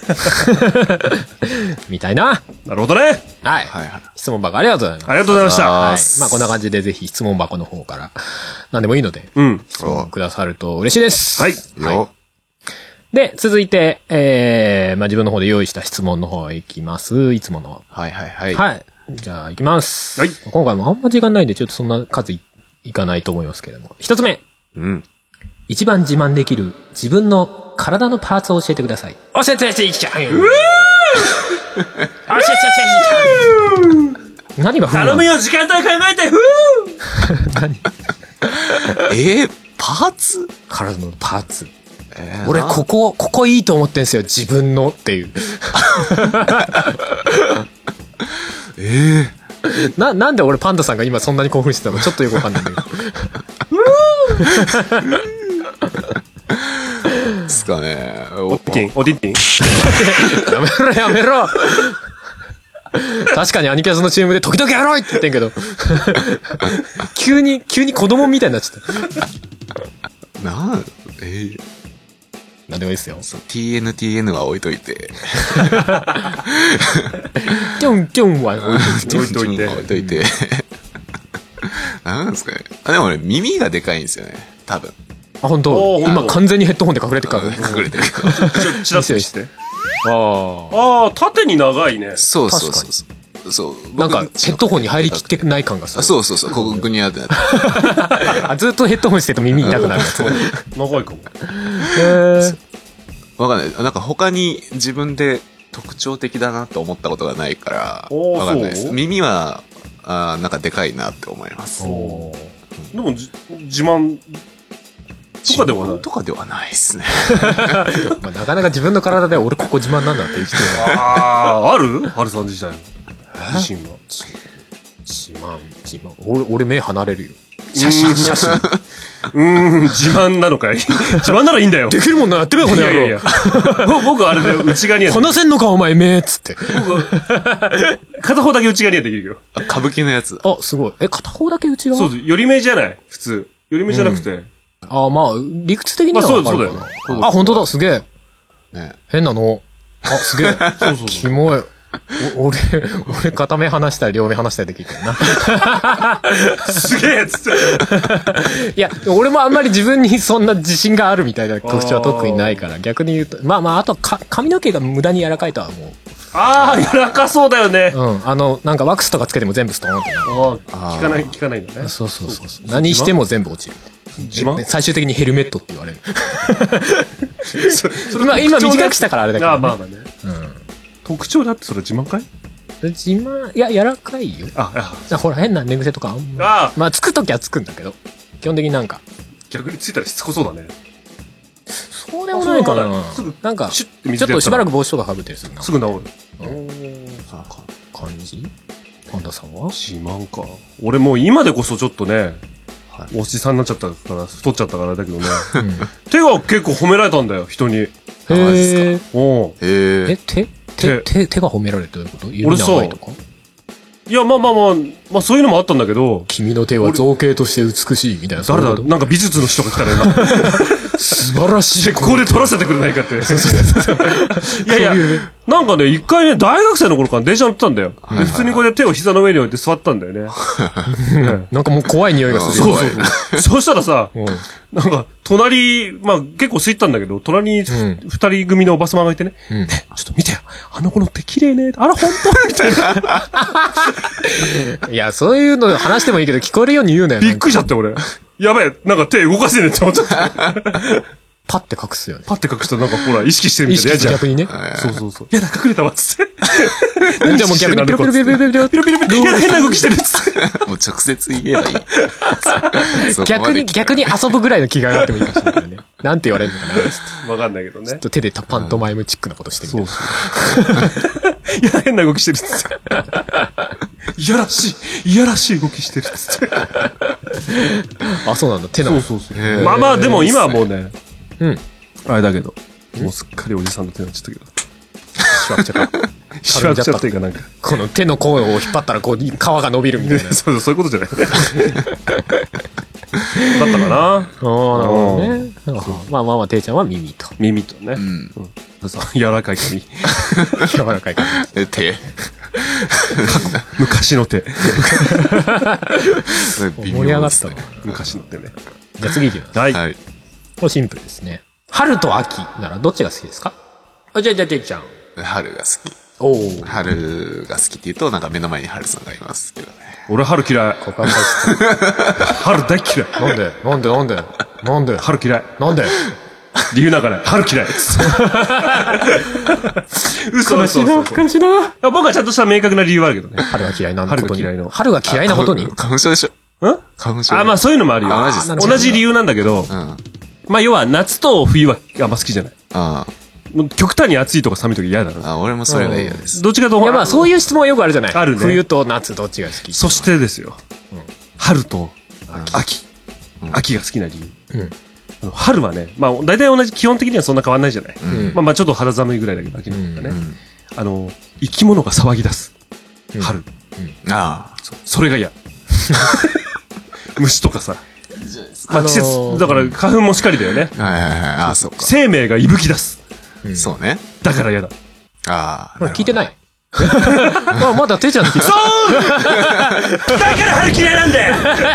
みたいな。 なるほどね。 はい。質問箱ありがとうございます。 ありがとうございました。 はい。まあ、こんな感じでぜひ質問箱の方から、何でもいいので、質問くださると嬉しいです。 はい。 で、続いて、まあ、自分の方で用意した質問の方いきます。いつもの。 はい。 はい。じゃあ、いきます。 はい。 今回もあんま時間ないんで、ちょっとそんな数いかないと思いますけれども。一つ目。一番自慢できる自分の体のパーツを教えてください。教えていきちゃうよ。何が頼むよ、時間帯考えて、 何パーツ？ 体のパーツ。俺、ここいいと思ってんすよ、自分のっていう。なんで俺パンダさんが今そんなに興奮してたのちょっとよくわかんないんだけど。 ですかね。 おディティン。 やめろ確かにアニキャスの CM で時々やろいって言ってんけど。急に子供みたいになっちゃった。なんでもいいですよ。 TNTN は置いといて。 キョンは置いといて。なんですかね。でもね、耳がでかいんですよね。多分。 あ、本当。今完全にヘッドホンで隠れてるから。 隠れてる。 チラッとして。縦に長いね。 そう。 なんか、ヘッドホンに入りきってない感がする。 そう。ここグニャーってなって。 ずっとヘッドホンしてると耳痛くなるやつ。 長いかも。 わかんない。なんか他に自分で特徴的だなと思ったことがないから、わかんないです。耳は、なんかでかいなって思います。でも、自慢とかではないですね。 まあなかなか自分の体で俺ここ自慢なんだって言ってる。 あるハルさん自体の自信は。 自慢。俺目離れるよ。 写真。自慢なのかい。自慢ならいいんだよ。 できるもんなやってみよう、この野郎。 いや僕あれで内側には。 話せんのかお前目っつって。 片方だけ内側にはできるよ。 歌舞伎のやつ。 あ、すごい。片方だけ内側？ そう、寄り目じゃない普通。寄り目じゃなくて。 まあ、理屈的にはわかるかな。 そうだよ。 あ、本当だ、すげえ。 ね、 変なの。あ、すげえ。そう。キモい。俺片目離したり両目離したりできるけどな。 すげえっつって。 いや、俺もあんまり自分にそんな自信があるみたいな特徴は特にないから、逆に言うと、まあ、あと髪の毛が無駄に柔らかいとは思う。 柔らかそうだよね。 なんかワックスとかつけても全部ストーンってなる。 効かないんだね。 そう。何しても全部落ちる。最終的にヘルメットって言われる。今短くしたからあれだけど、ね。 まあね。特徴だってそれ自慢かい？ 自慢、いや、柔らかいよ。ほら、変な寝癖とかまあ、つくときはつくんだけど、基本的になんか。 逆についたらしつこそうだね。 そそうでもないかな。なんか、ちょっとしばらく帽子とか被ってるするな。 すぐ治る。 そうか。感じパンダさんは自慢か。俺もう今でこそちょっとね、おじさんになっちゃったから、太っちゃったからだけどね。手が結構褒められたんだよ、人に。 マジですか？手が褒められるってどういうこと？指長いとか？ いや、まあ、そういうのもあったんだけど。 君の手は造形として美しいみたいな。 誰だ？なんか美術の人が来たね、今。 素晴らしい。 ここで撮らせてくれないかって。いや、なんかね、一回ね、大学生の頃から電車乗ってたんだよ。で、普通にこれで手を膝の上に置いて座ったんだよね。 なんかもう怖い匂いがする。 そう。そうしたらさ、なんか、隣、まあ結構空いたんだけど、隣に二人組のおばさまがいてね、ちょっと見てよ、あの子の手綺麗ね、あら、本当みたいな。 いや、そういうの話してもいいけど、聞こえるように言うなよ。 びっくりしちゃって、俺。やべえ、なんか手動かせねえって思っちゃった。 パッて隠すよね。 パッて隠したらなんかほら、意識してるみたいなやつじゃん。 逆にね。 そう。やだ、隠れたわ、つって。 じゃあもう逆にピロピロピロピロピロピロピロピロ。 やだ、変な動きしてるっつって。 もう直接言えばいい。 逆に遊ぶぐらいの気が上がってもいいかもしれないね。なんて言われるのかな。 わかんないけどね。 ちょっと手でパントマイムチックなことしてみる。 いや、変な動きしてるっつって。いやらしい動きしてるっつって。 あ、そうなんだ。手の。 そう。まあ、でも今はもうね、あれだけど、もうすっかりおじさんの手になっちゃったけど。 しわくちゃった。 しわくちゃっていうかなんか。 この手の甲を引っ張ったらこう、皮が伸びるみたいな。 そういうことじゃない。だったかな。 なるほどね。まあ、ていちゃんは耳と。 耳とね。柔らかい髪。 柔らかい髪。 手。 昔の手。 盛り上がったわ。 昔の手ね。 じゃあ次いきます。 はい。 これシンプルですね。春と秋ならどっちが好きですか？じゃあていちゃん。 春が好き。 おお。 春が好きって言うと、なんか目の前に春さんがいますけどね。 俺春嫌い。春大嫌い。 なんで春嫌い。 なんで理由なんかない。春嫌い。嘘。 悲しいな。 僕はちゃんとした明確な理由はあるけどね。 春が嫌いなことに。 春が嫌いなことに花粉症でしょ？花粉症。 まあそういうのもあるよ。 マジっすか？ 同じ理由なんだけど、まあ要は夏と冬はあんま好きじゃない。極端に暑いとか寒いとき嫌だな。 俺もそれが嫌です。 どっちかといやまあそういう質問よくあるじゃない。 あるね。 冬と夏どっちが好き？ そしてですよ。春と秋。秋が好きな理由。春はね、まあ大体同じ、基本的にはそんな変わんないじゃない。まあちょっと肌寒いぐらいだけど、秋の方がね。生き物が騒ぎ出す。春。それが嫌。虫とかさ。まあ季節、だから花粉もしかりだよね。 そうか。 生命が息吹き出す。 そうね。 だから嫌だ。 聞いてない。まだてちゃん聞いてない。 そうだから春嫌いなんだよ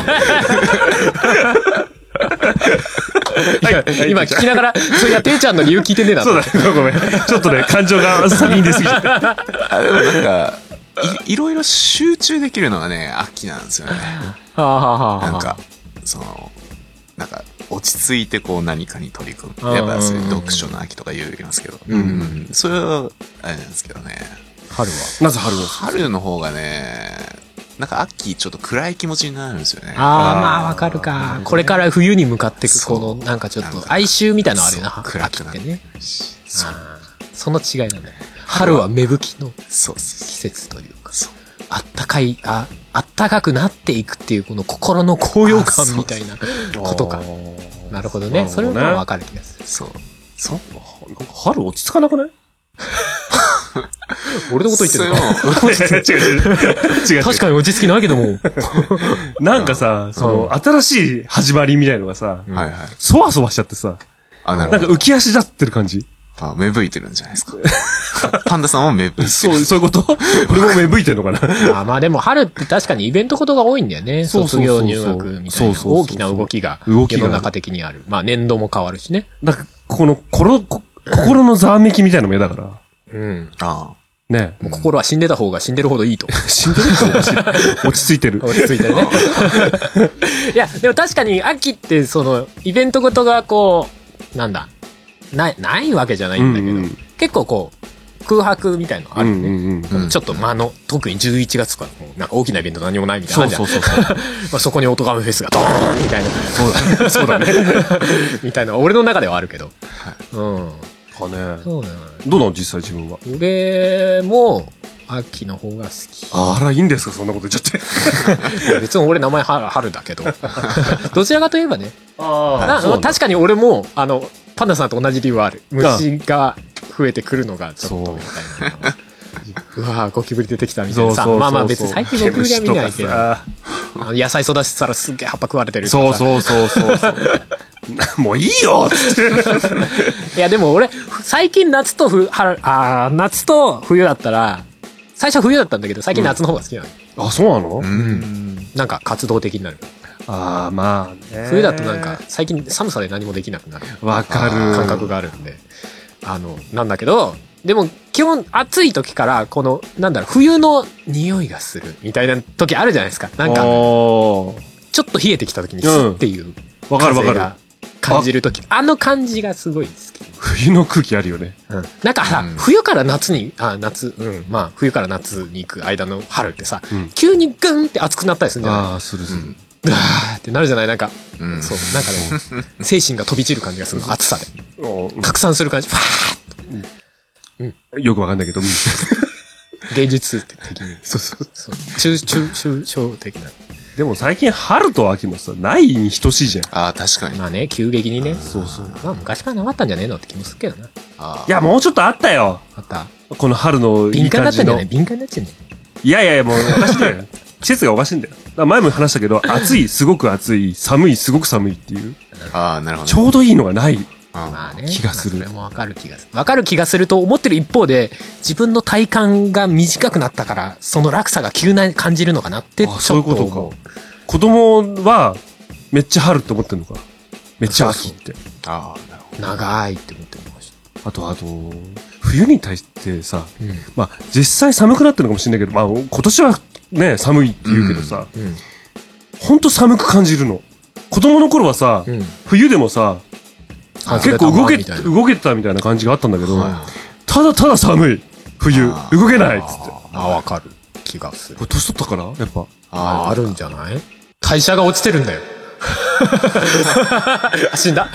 今聞きながら、そういや、ていちゃんの理由聞いてねえな。 そうだ、ごめん。ちょっとね、感情が先に出すぎて。 でもなんか、いろいろ集中できるのがね、秋なんですよね。なんか、なんか、落ち着いてこう何かに取り組む。やっぱ読書の秋とか言いますけど。それは、あれなんですけどね。 春はなぜ春は春の方がね、なんか秋ちょっと暗い気持ちになるんですよね。 まあわかるか。これから冬に向かっていく、このなんかちょっと哀愁みたいなのあるよな。秋ってね。その違いなんだよ。春は芽吹きの季節というか。あったかくなっていくっていうこの心の高揚感みたいなことか。なるほどね。それはわかる気がする。 そう。 なんか春落ち着かなくない？ 俺のこと言ってるの？ 違う。 確かに落ち着きないけども。 なんかさ、新しい始まりみたいのがさ、そわそわしちゃってさ、なんか浮き足立ってる感じ。 芽吹いてるんじゃないですか。パンダさんは芽吹いてる。 そういうこと俺も芽吹いてるのかな。 まあでも春って確かにイベントことが多いんだよね。卒業入学みたいな大きな動きが世の中的にある。まあ年度も変わるしね。 なんかこの心のざわめきみたいなのも嫌だから。ねもう心は死んでた方が死んでるほどいいと。 死んでる方が落ち着いてる。 落ち着いてるね。いや、でも確かに秋ってイベントごとがこう、なんだ。ないわけじゃないんだけど、結構こう、 空白みたいなのあるよね。ちょっと特に11月とか、なんか大きなイベント何もないみたいな。 そう。 まあそこにオトガメフェスがドーンみたいな。 そうだね。 みたいな、俺の中ではあるけど。うん。 かね。 そうだね。 どうなの実際自分は。 俺も、秋の方が好き。 あら、いいんですかそんなこと言っちゃって。 別に俺名前春だけど。どちらかといえばね。確かに俺も、パンダさんと同じ理由はある。虫が増えてくるのがちょっとみたいな。うわぁ、ゴキブリ出てきたみたいなさ。まあまあ別に最近ゴキブリは見ないけど。野菜育てたらすっげえ葉っぱ食われてるとか。 そう。もういいよつって。 いやでも俺、最近夏と冬だったら、最初冬だったんだけど、最近夏の方が好きなの。 あ、そうなの？ なんか活動的になる。 ああ、まあね。 冬だとなんか、最近寒さで何もできなくなる。 わかる。 感覚があるんで。なんだけど、でも、基本暑い時から、冬の匂いがする、みたいな時あるじゃないですか。なんか、ちょっと冷えてきた時にスッっていう。 わかる。 感じる時。あの感じがすごい好き。 冬の空気あるよね。 なんかさ、冬から夏に、冬から夏に行く間の春ってさ、急にグンって暑くなったりするんじゃない？ ああ、する。 うわーってなるじゃない？なんか、そう、なんかね、精神が飛び散る感じがするの、暑さで。拡散する感じ、ファーッと。 よくわかんないけど、 芸術的に。そう。抽象的な。 でも最近春と秋もさ、ないに等しいじゃん。 ああ、確かに。 まあね、急激にね。 そう。 まあ昔からなかったんじゃねえのって気もするけどな。 いや、もうちょっとあったよ。 あった。 この春のいい感じの。 敏感だったんじゃない？敏感になっちゃうんだよ。 いや、もうおかしいんだよ。季節がおかしいんだよ。だから前も話したけど、暑い、すごく暑い、寒い、すごく寒いっていう。 ああ、なるほど。 ちょうどいいのがない。 まあね。 気がする。 それもわかる気がする。わかる気がすると思ってる一方で、自分の体感が短くなったから、その落差が急な感じるのかなって、ちょっとそういうことか。子供は、めっちゃ春って思ってんのか。めっちゃ秋って。 ああ、なるほど。長いって思ってました。あと、冬に対してさ、まあ、実際寒くなってるのかもしれないけど、まあ、今年はね、寒いって言うけどさ、ほんと寒く感じるの。子供の頃はさ、冬でもさ、結構動けてたみたいな感じがあったんだけど、ただ寒い。冬。動けないっつって。 わかる気がする。 これ年取ったからやっぱ。 あるんじゃない？代謝が落ちてるんだよ。死んだ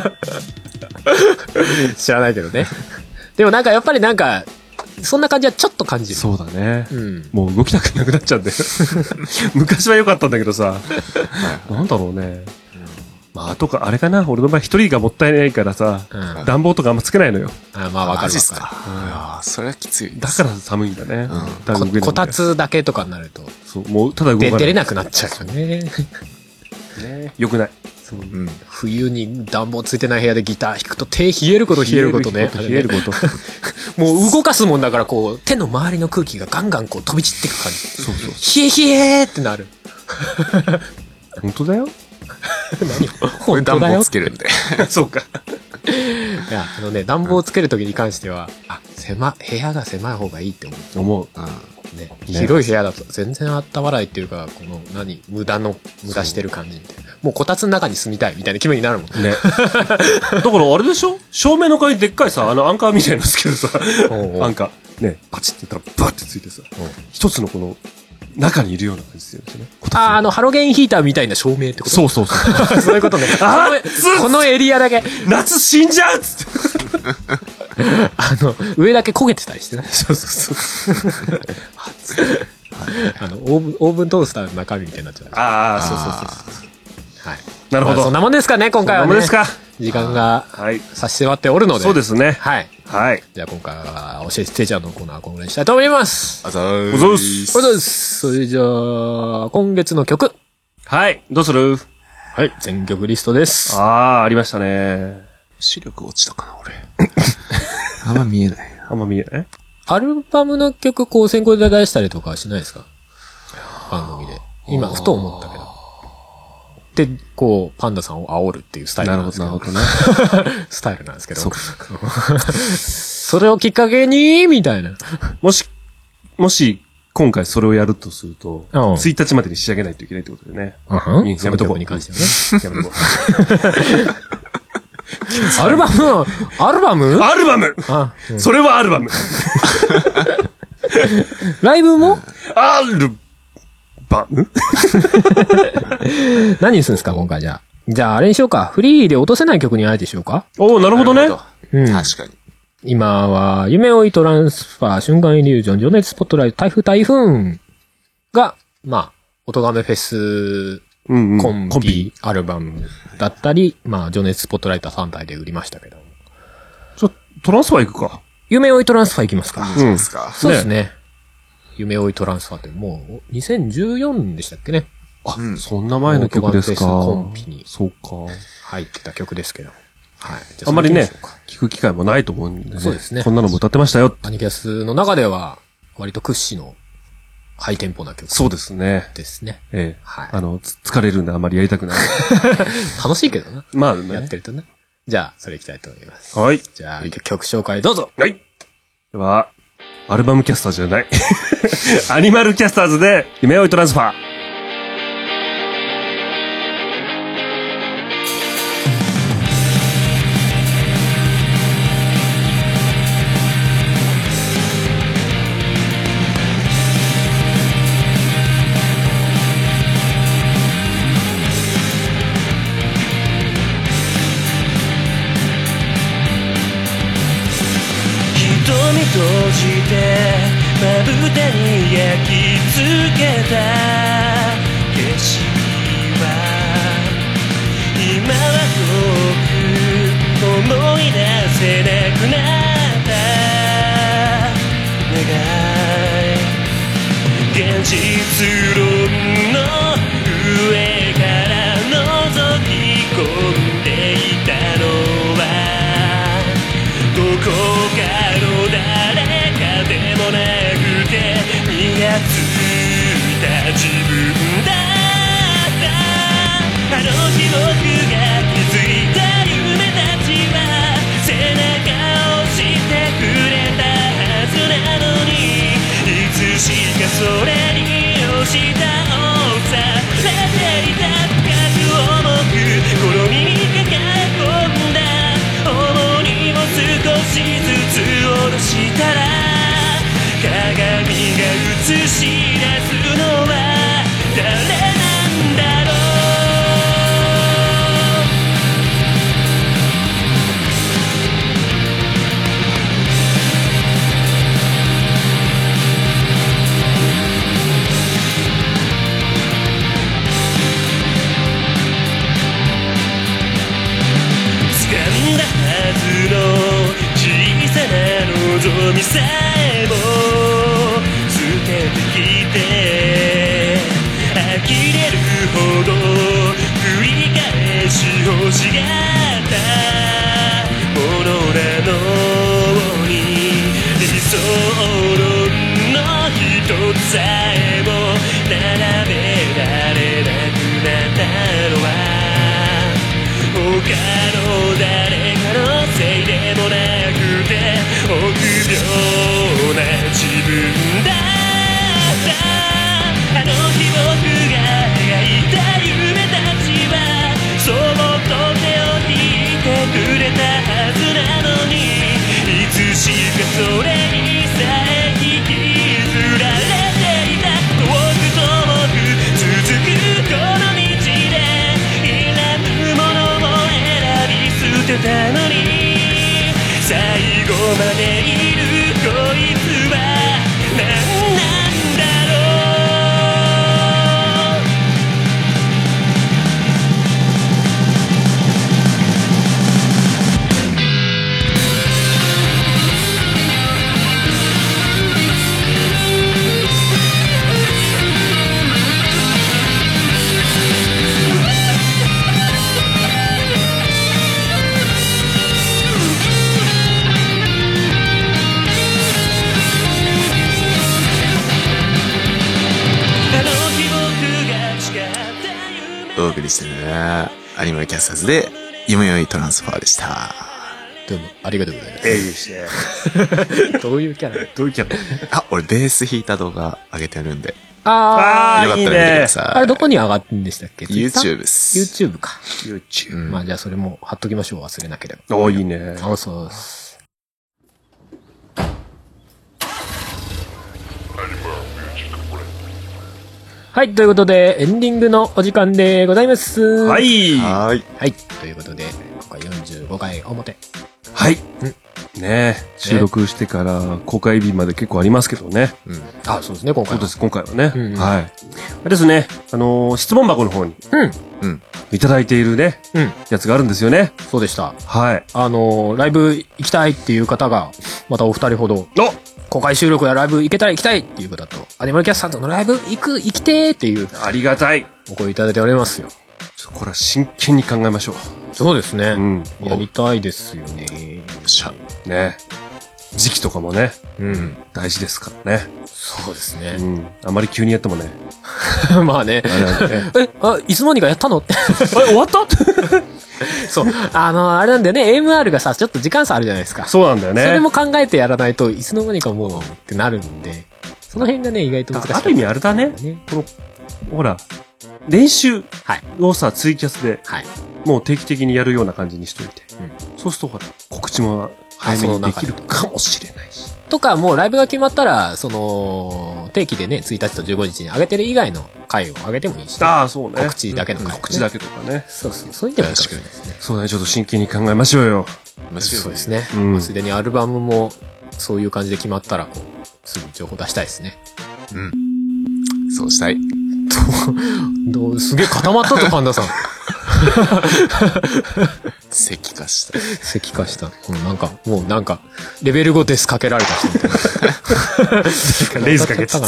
知らないけどね。でもなんかやっぱりなんか、そんな感じはちょっと感じる。 そうだね。もう動きたくなくなっちゃうんだよ。昔は良かったんだけどさ。なんだろうね。まあ、あとか、あれかな、俺の場合一人がもったいないからさ、暖房とかあんまつけないのよ。 まあ、わかる。それはきつい。 だから寒いんだね。 こたつだけとかになると。 そう、もう、ただ動かない。 出れなくなっちゃうよね。 よくない。 冬に暖房ついてない部屋でギター弾くと手冷えることね。 冷えること。 もう動かすもんだからこう、手の周りの空気がガンガンこう飛び散っていく感じ。 そう。 冷えってなる。 本当だよ。 何本当だよ。 暖房つけるんで。 そうか。 いや、暖房をつけるときに関しては、部屋が狭い方がいいって思う。ね、広い部屋だと全然温まないっていうか、この無駄してる感じみたいな。もうこたつの中に住みたいみたいな気分になるもんね。 だからあれでしょ？照明の代わりでっかいさ、アンカーみたいなのつけるさ、アンカー、ね、パチって言ったらバッてついてさ、一つのこの、中にいるような感じですよね。 ハロゲンヒーターみたいな照明ってこと？ そう。 そういうことね。このエリアだけ。 夏死んじゃうっつって。 上だけ焦げてたりしてね。 そう。 オーブントースターの中身みたいになっちゃう。 そう。 はい。 なるほど。 そんなもんですかね、今回はね。 そんなもんですか。 時間が差し迫っておるので。 そうですね。 はい。じゃあ今回は、教えてちゃんのコーナー、このぐらいにしたいと思います。 おざいす。 それじゃあ、今月の曲。 はい。どうする？ はい。全曲リストです。 ありましたね。 視力落ちたかな、俺。あんま見えない。 アルバムの曲、こう、先行で出したりとかしないですか？番組で。今、ふと思ったけど。で、こう、パンダさんを煽るっていうスタイルなんですけど。 なるほどね。 スタイルなんですけど。それをきっかけに、みたいな。 もし、今回それをやるとすると、1日までに仕上げないといけないってことだよね。 やめとこうに関してはね。やめとこアルバムあ、それはアルバム。 ライブもアルバム何にするんですか、今回じゃあ。じゃあ、あれにしようか。フリーで落とせない曲にあえてしようか。 おー、なるほどね。 確かに。 今は、夢追いトランスファー、瞬間イリュージョン、情熱スポットライト、台風が、まあ、音亀フェス、コンビ、アルバムだったり、まあ、情熱スポットライト3体で売りましたけど。 トランスファー行くか。 夢追いトランスファー行きますか。 そうですか。 そうですね。夢追いトランスファーってもう、2014でしたっけね。 あ、そんな前の曲ですか。 コンビに。 そうか。 入ってた曲ですけど。はい。 あんまりね、聞く機会もないと思うんでね。 そうですね。 こんなのも歌ってましたよ。 アニキャスの中では、割と屈指のハイテンポな曲。 そうですね。 ですね。 ええ。 はい。 疲れるんであんまりやりたくない。 楽しいけどな。 まあね。 やってるとね。じゃあ、それいきたいと思います。 はい。 じゃあ、曲紹介どうぞ。 はい。では、アルバムキャスターじゃない。アニマルキャスターズで、夢追いトランスファー。 閉じてまぶたに焼き付けた景色は今は遠く思い出せなくなった願い現実論の上から覗き込んでいたのはどこかの誰かでもなくて身がついた自分だったあの日僕が気づいた夢たちは背中を押してくれたはずなのにいつしかそれに押し倒されていた深く重くこの身に抱え込んだ重荷を少しずつ下ろしたら鏡が映し出すのは誰なんだろう掴んだはずの小さな望みさえも捨ててきて呆れるほど繰り返し欲しがったものなのに理想論の一つさえも並べられなくなったのは他の誰かのせいでもなくて臆病な自分だったあの日僕が描いた夢たちはそっと手を引いてくれたはずなのにいつしかそれにさえ引きずられていた遠く遠く続くこの道でいらぬものも選び捨てたのに最後までいるこいつは何なんだろうお送りしてるね。アニマルキャスターズで、夢追いトランスファーでした。 どうも、ありがとうございます。どういうキャラどういうキャラあ、俺ベース弾いた動画上げてるんで、 あよかったら見てください。 あれどこに上がってんでしたっけ？ YouTube です。 YouTube か。 YouTube。 まあじゃあそれも貼っときましょう。忘れなければ。 おー、いいね。 そうです。はい、ということで、エンディングのお時間でございます。 はい。 はい。 はい、ということで、今回45回表。 はい。ね収録してから公開日まで結構ありますけどね。 うん。あ、そうですね、今回は。 そうです、今回はね。 うんはい。ですね、質問箱の方に、いただいているね、やつがあるんですよね。 そうでした。 はい。 ライブ行きたいっていう方が、またお二人ほど、公開収録やライブ行きたいっていう方と、アニマルキャスターズのライブ行きてーっていう、 ありがたい。 お声いただいておりますよ。 これは真剣に考えましょう。 そうですね。やりたいですよね。 ね。時期とかもね、大事ですからね。 そうですね。 あまり急にやってもね。 まあね。いつの間にかやったのって。 終わったそう。あれなんだよね。AMR がさ、ちょっと時間差あるじゃないですか。 そうなんだよね。 それも考えてやらないといつの間にかもうってなるんで、その辺がね、意外と難しい。 ある意味あれだね。この、ほら、練習をさ、ツイキャスで、もう定期的にやるような感じにしといて。そうするとほら、告知も早めにできるかもしれないし。 とか、もうライブが決まったら、定期でね、1日と15日に上げてる以外の回を上げてもいいし。 ああ、そうね。 告知だけの回、 告知だけとかね。 そうそう。そういう意味でも確かにですね。 そうね、ちょっと真剣に考えましょうよ。 そうですね。すでにアルバムも、そういう感じで決まったら、すぐ情報出したいですね。 そうしたい。 すげえ固まったと、パンダさん。 石化した。 石化した。もうなんか、レベル5デスかけられた人みたいな。 レイズかけてた。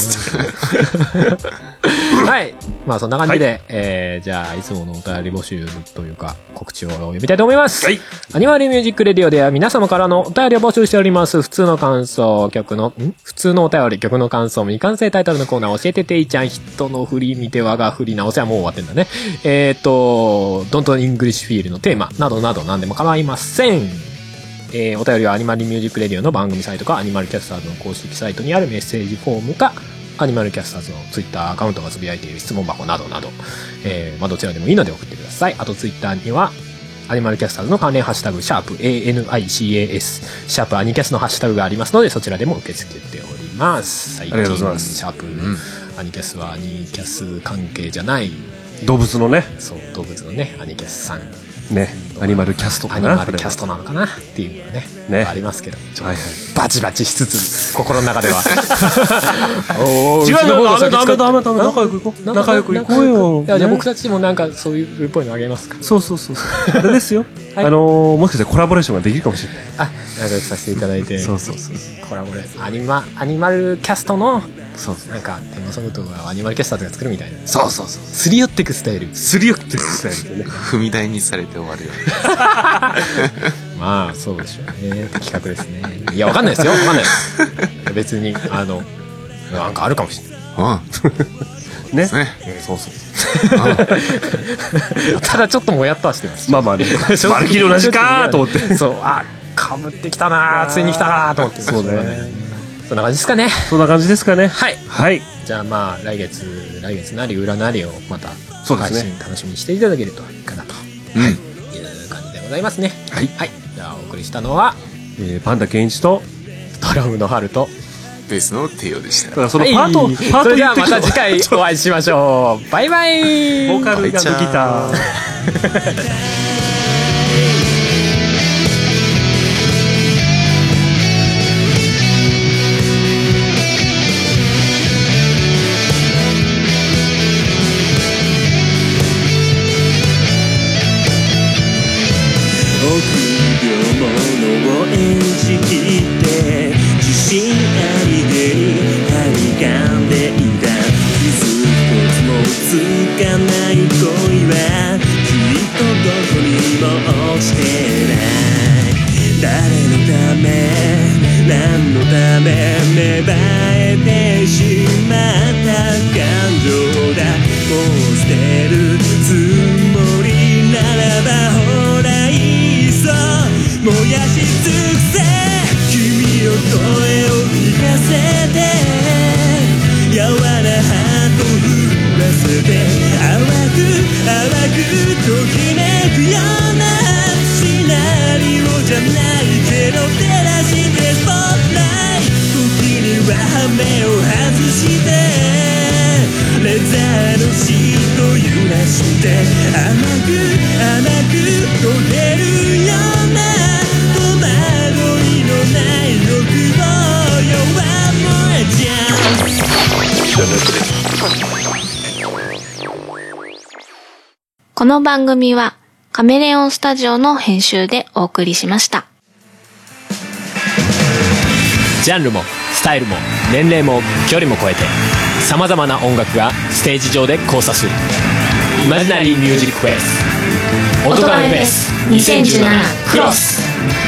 はい。まあそんな感じで、じゃあ、いつものお便り募集というか、告知を読みたいと思います。はい。アニマルミュージックレディオでは皆様からのお便りを募集しております。普通の感想、普通のお便り、曲の感想、未完成タイトルのコーナー、教えてていちゃん、人の振り見て我が振り直せはもう終わってんだね。Don't English Feel のテーマなどなど何でも構いません。お便りはアニマルミュージックレディオの番組サイトかアニマルキャスターズの公式サイトにあるメッセージフォームかアニマルキャスターズのツイッターアカウントがつぶやいている質問箱などなど、まあどちらでもいいので送ってください。あとツイッターにはアニマルキャスターズの関連ハッシュタグ#ANICAS アニキャスのハッシュタグがありますのでそちらでも受け付けております。最近ありがとうございます。 アニキャスはアニキャス関係じゃない動物のね、 そう動物のねアニキャスさんね、アニマルキャストかな、 アニマルキャストなのかなっていうのはねありますけど、バチバチしつつ心の中では違うよ、ダメ仲良く行こう、仲良く行こうよ。 じゃあ僕たちもなんかそういうっぽいのあげますか。 そうあれですよ、もしかしてコラボレーションができるかもしれない。 仲良くさせていただいて、 そうコラボレーションアニマルキャストのなんかテーマソングとかアニマルキャスターズが作るみたいな。 そうすり寄ってくスタイルでね、踏み台にされて終わるよ。 まあそうでしょうね。企画ですね。いやわかんないですよ、わかんないです。別になんかあるかもしれない。 ね。 そうただちょっともやっとはしてます。 まあね、まるっきり同じかーと思って、 そうかぶってきたなー、ついに来たなーと思って。そうね。そんな感じですかね。 そんな感じですかね。 はい。じゃあまあ来月なり裏なりをまた配信楽しみにしていただけるといいかなという感じでございますね。はい。じゃあお送りしたのはパンダケンイチとドラムのハルとベースのテイオでした。 だからそのパートそれではまた次回お会いしましょう。バイバイ。 ボーカルがギター。 芽生えてしまった感情だ。もう捨てるつもりならばほらいっそ燃やし尽くせ。君の声を聞かせて柔らなハートときめくようなシナリオじゃないけど照らしてスポットライト時には羽目を外してレザーのシート揺らして甘く溶けるような戸惑いのない欲望弱燃えちゃこの番組はカメレオンスタジオの編集でお送りしました。 ジャンルもスタイルも年齢も距離も超えて様々な音楽がステージ上で交差するイマジナリーミュージックフェス音亀フェス2017クロス。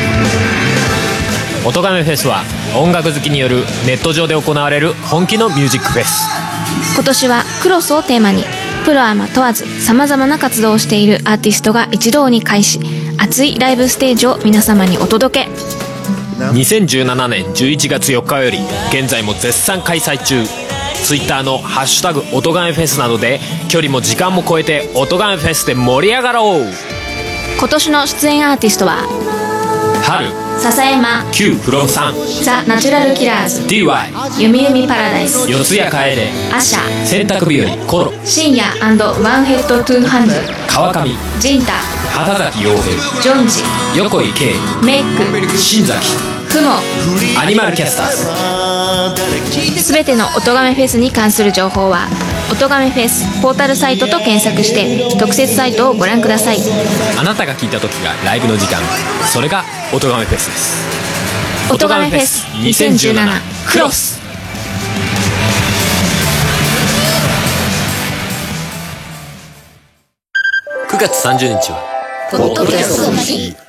音亀フェスは音楽好きによるネット上で行われる本気のミュージックフェス。 今年はクロスをテーマにプロアマ問わず様々な活動をしているアーティストが一堂に会し熱いライブステージを皆様にお届け。 2017年11月4日より現在も絶賛開催中。ツイッターのハッシュタグ音亀フェスなどで距離も時間も超えて音亀フェスで盛り上がろう。 今年の出演アーティストは春、 笹山、 Q フロムさん、 ザ・ナチュラルキラーズ、 DY、 ゆみゆみパラダイス、 四谷楓、 アシャ、 洗濯日和、コロ、 深夜&ワンヘッドトゥーハンド、 川上、 ジンタ、 畑崎陽平、 ジョンジ、 横井圭、 メック、 新崎、 クモ。 アニマルキャスターズ。 すべての音亀フェスに関する情報は音亀フェスポータルサイトと検索して特設サイトをご覧ください。 あなたが聞いた時がライブの時間、それが音亀フェスです。 音亀フェス2017クロス。 9月30日はポッドキャストの日。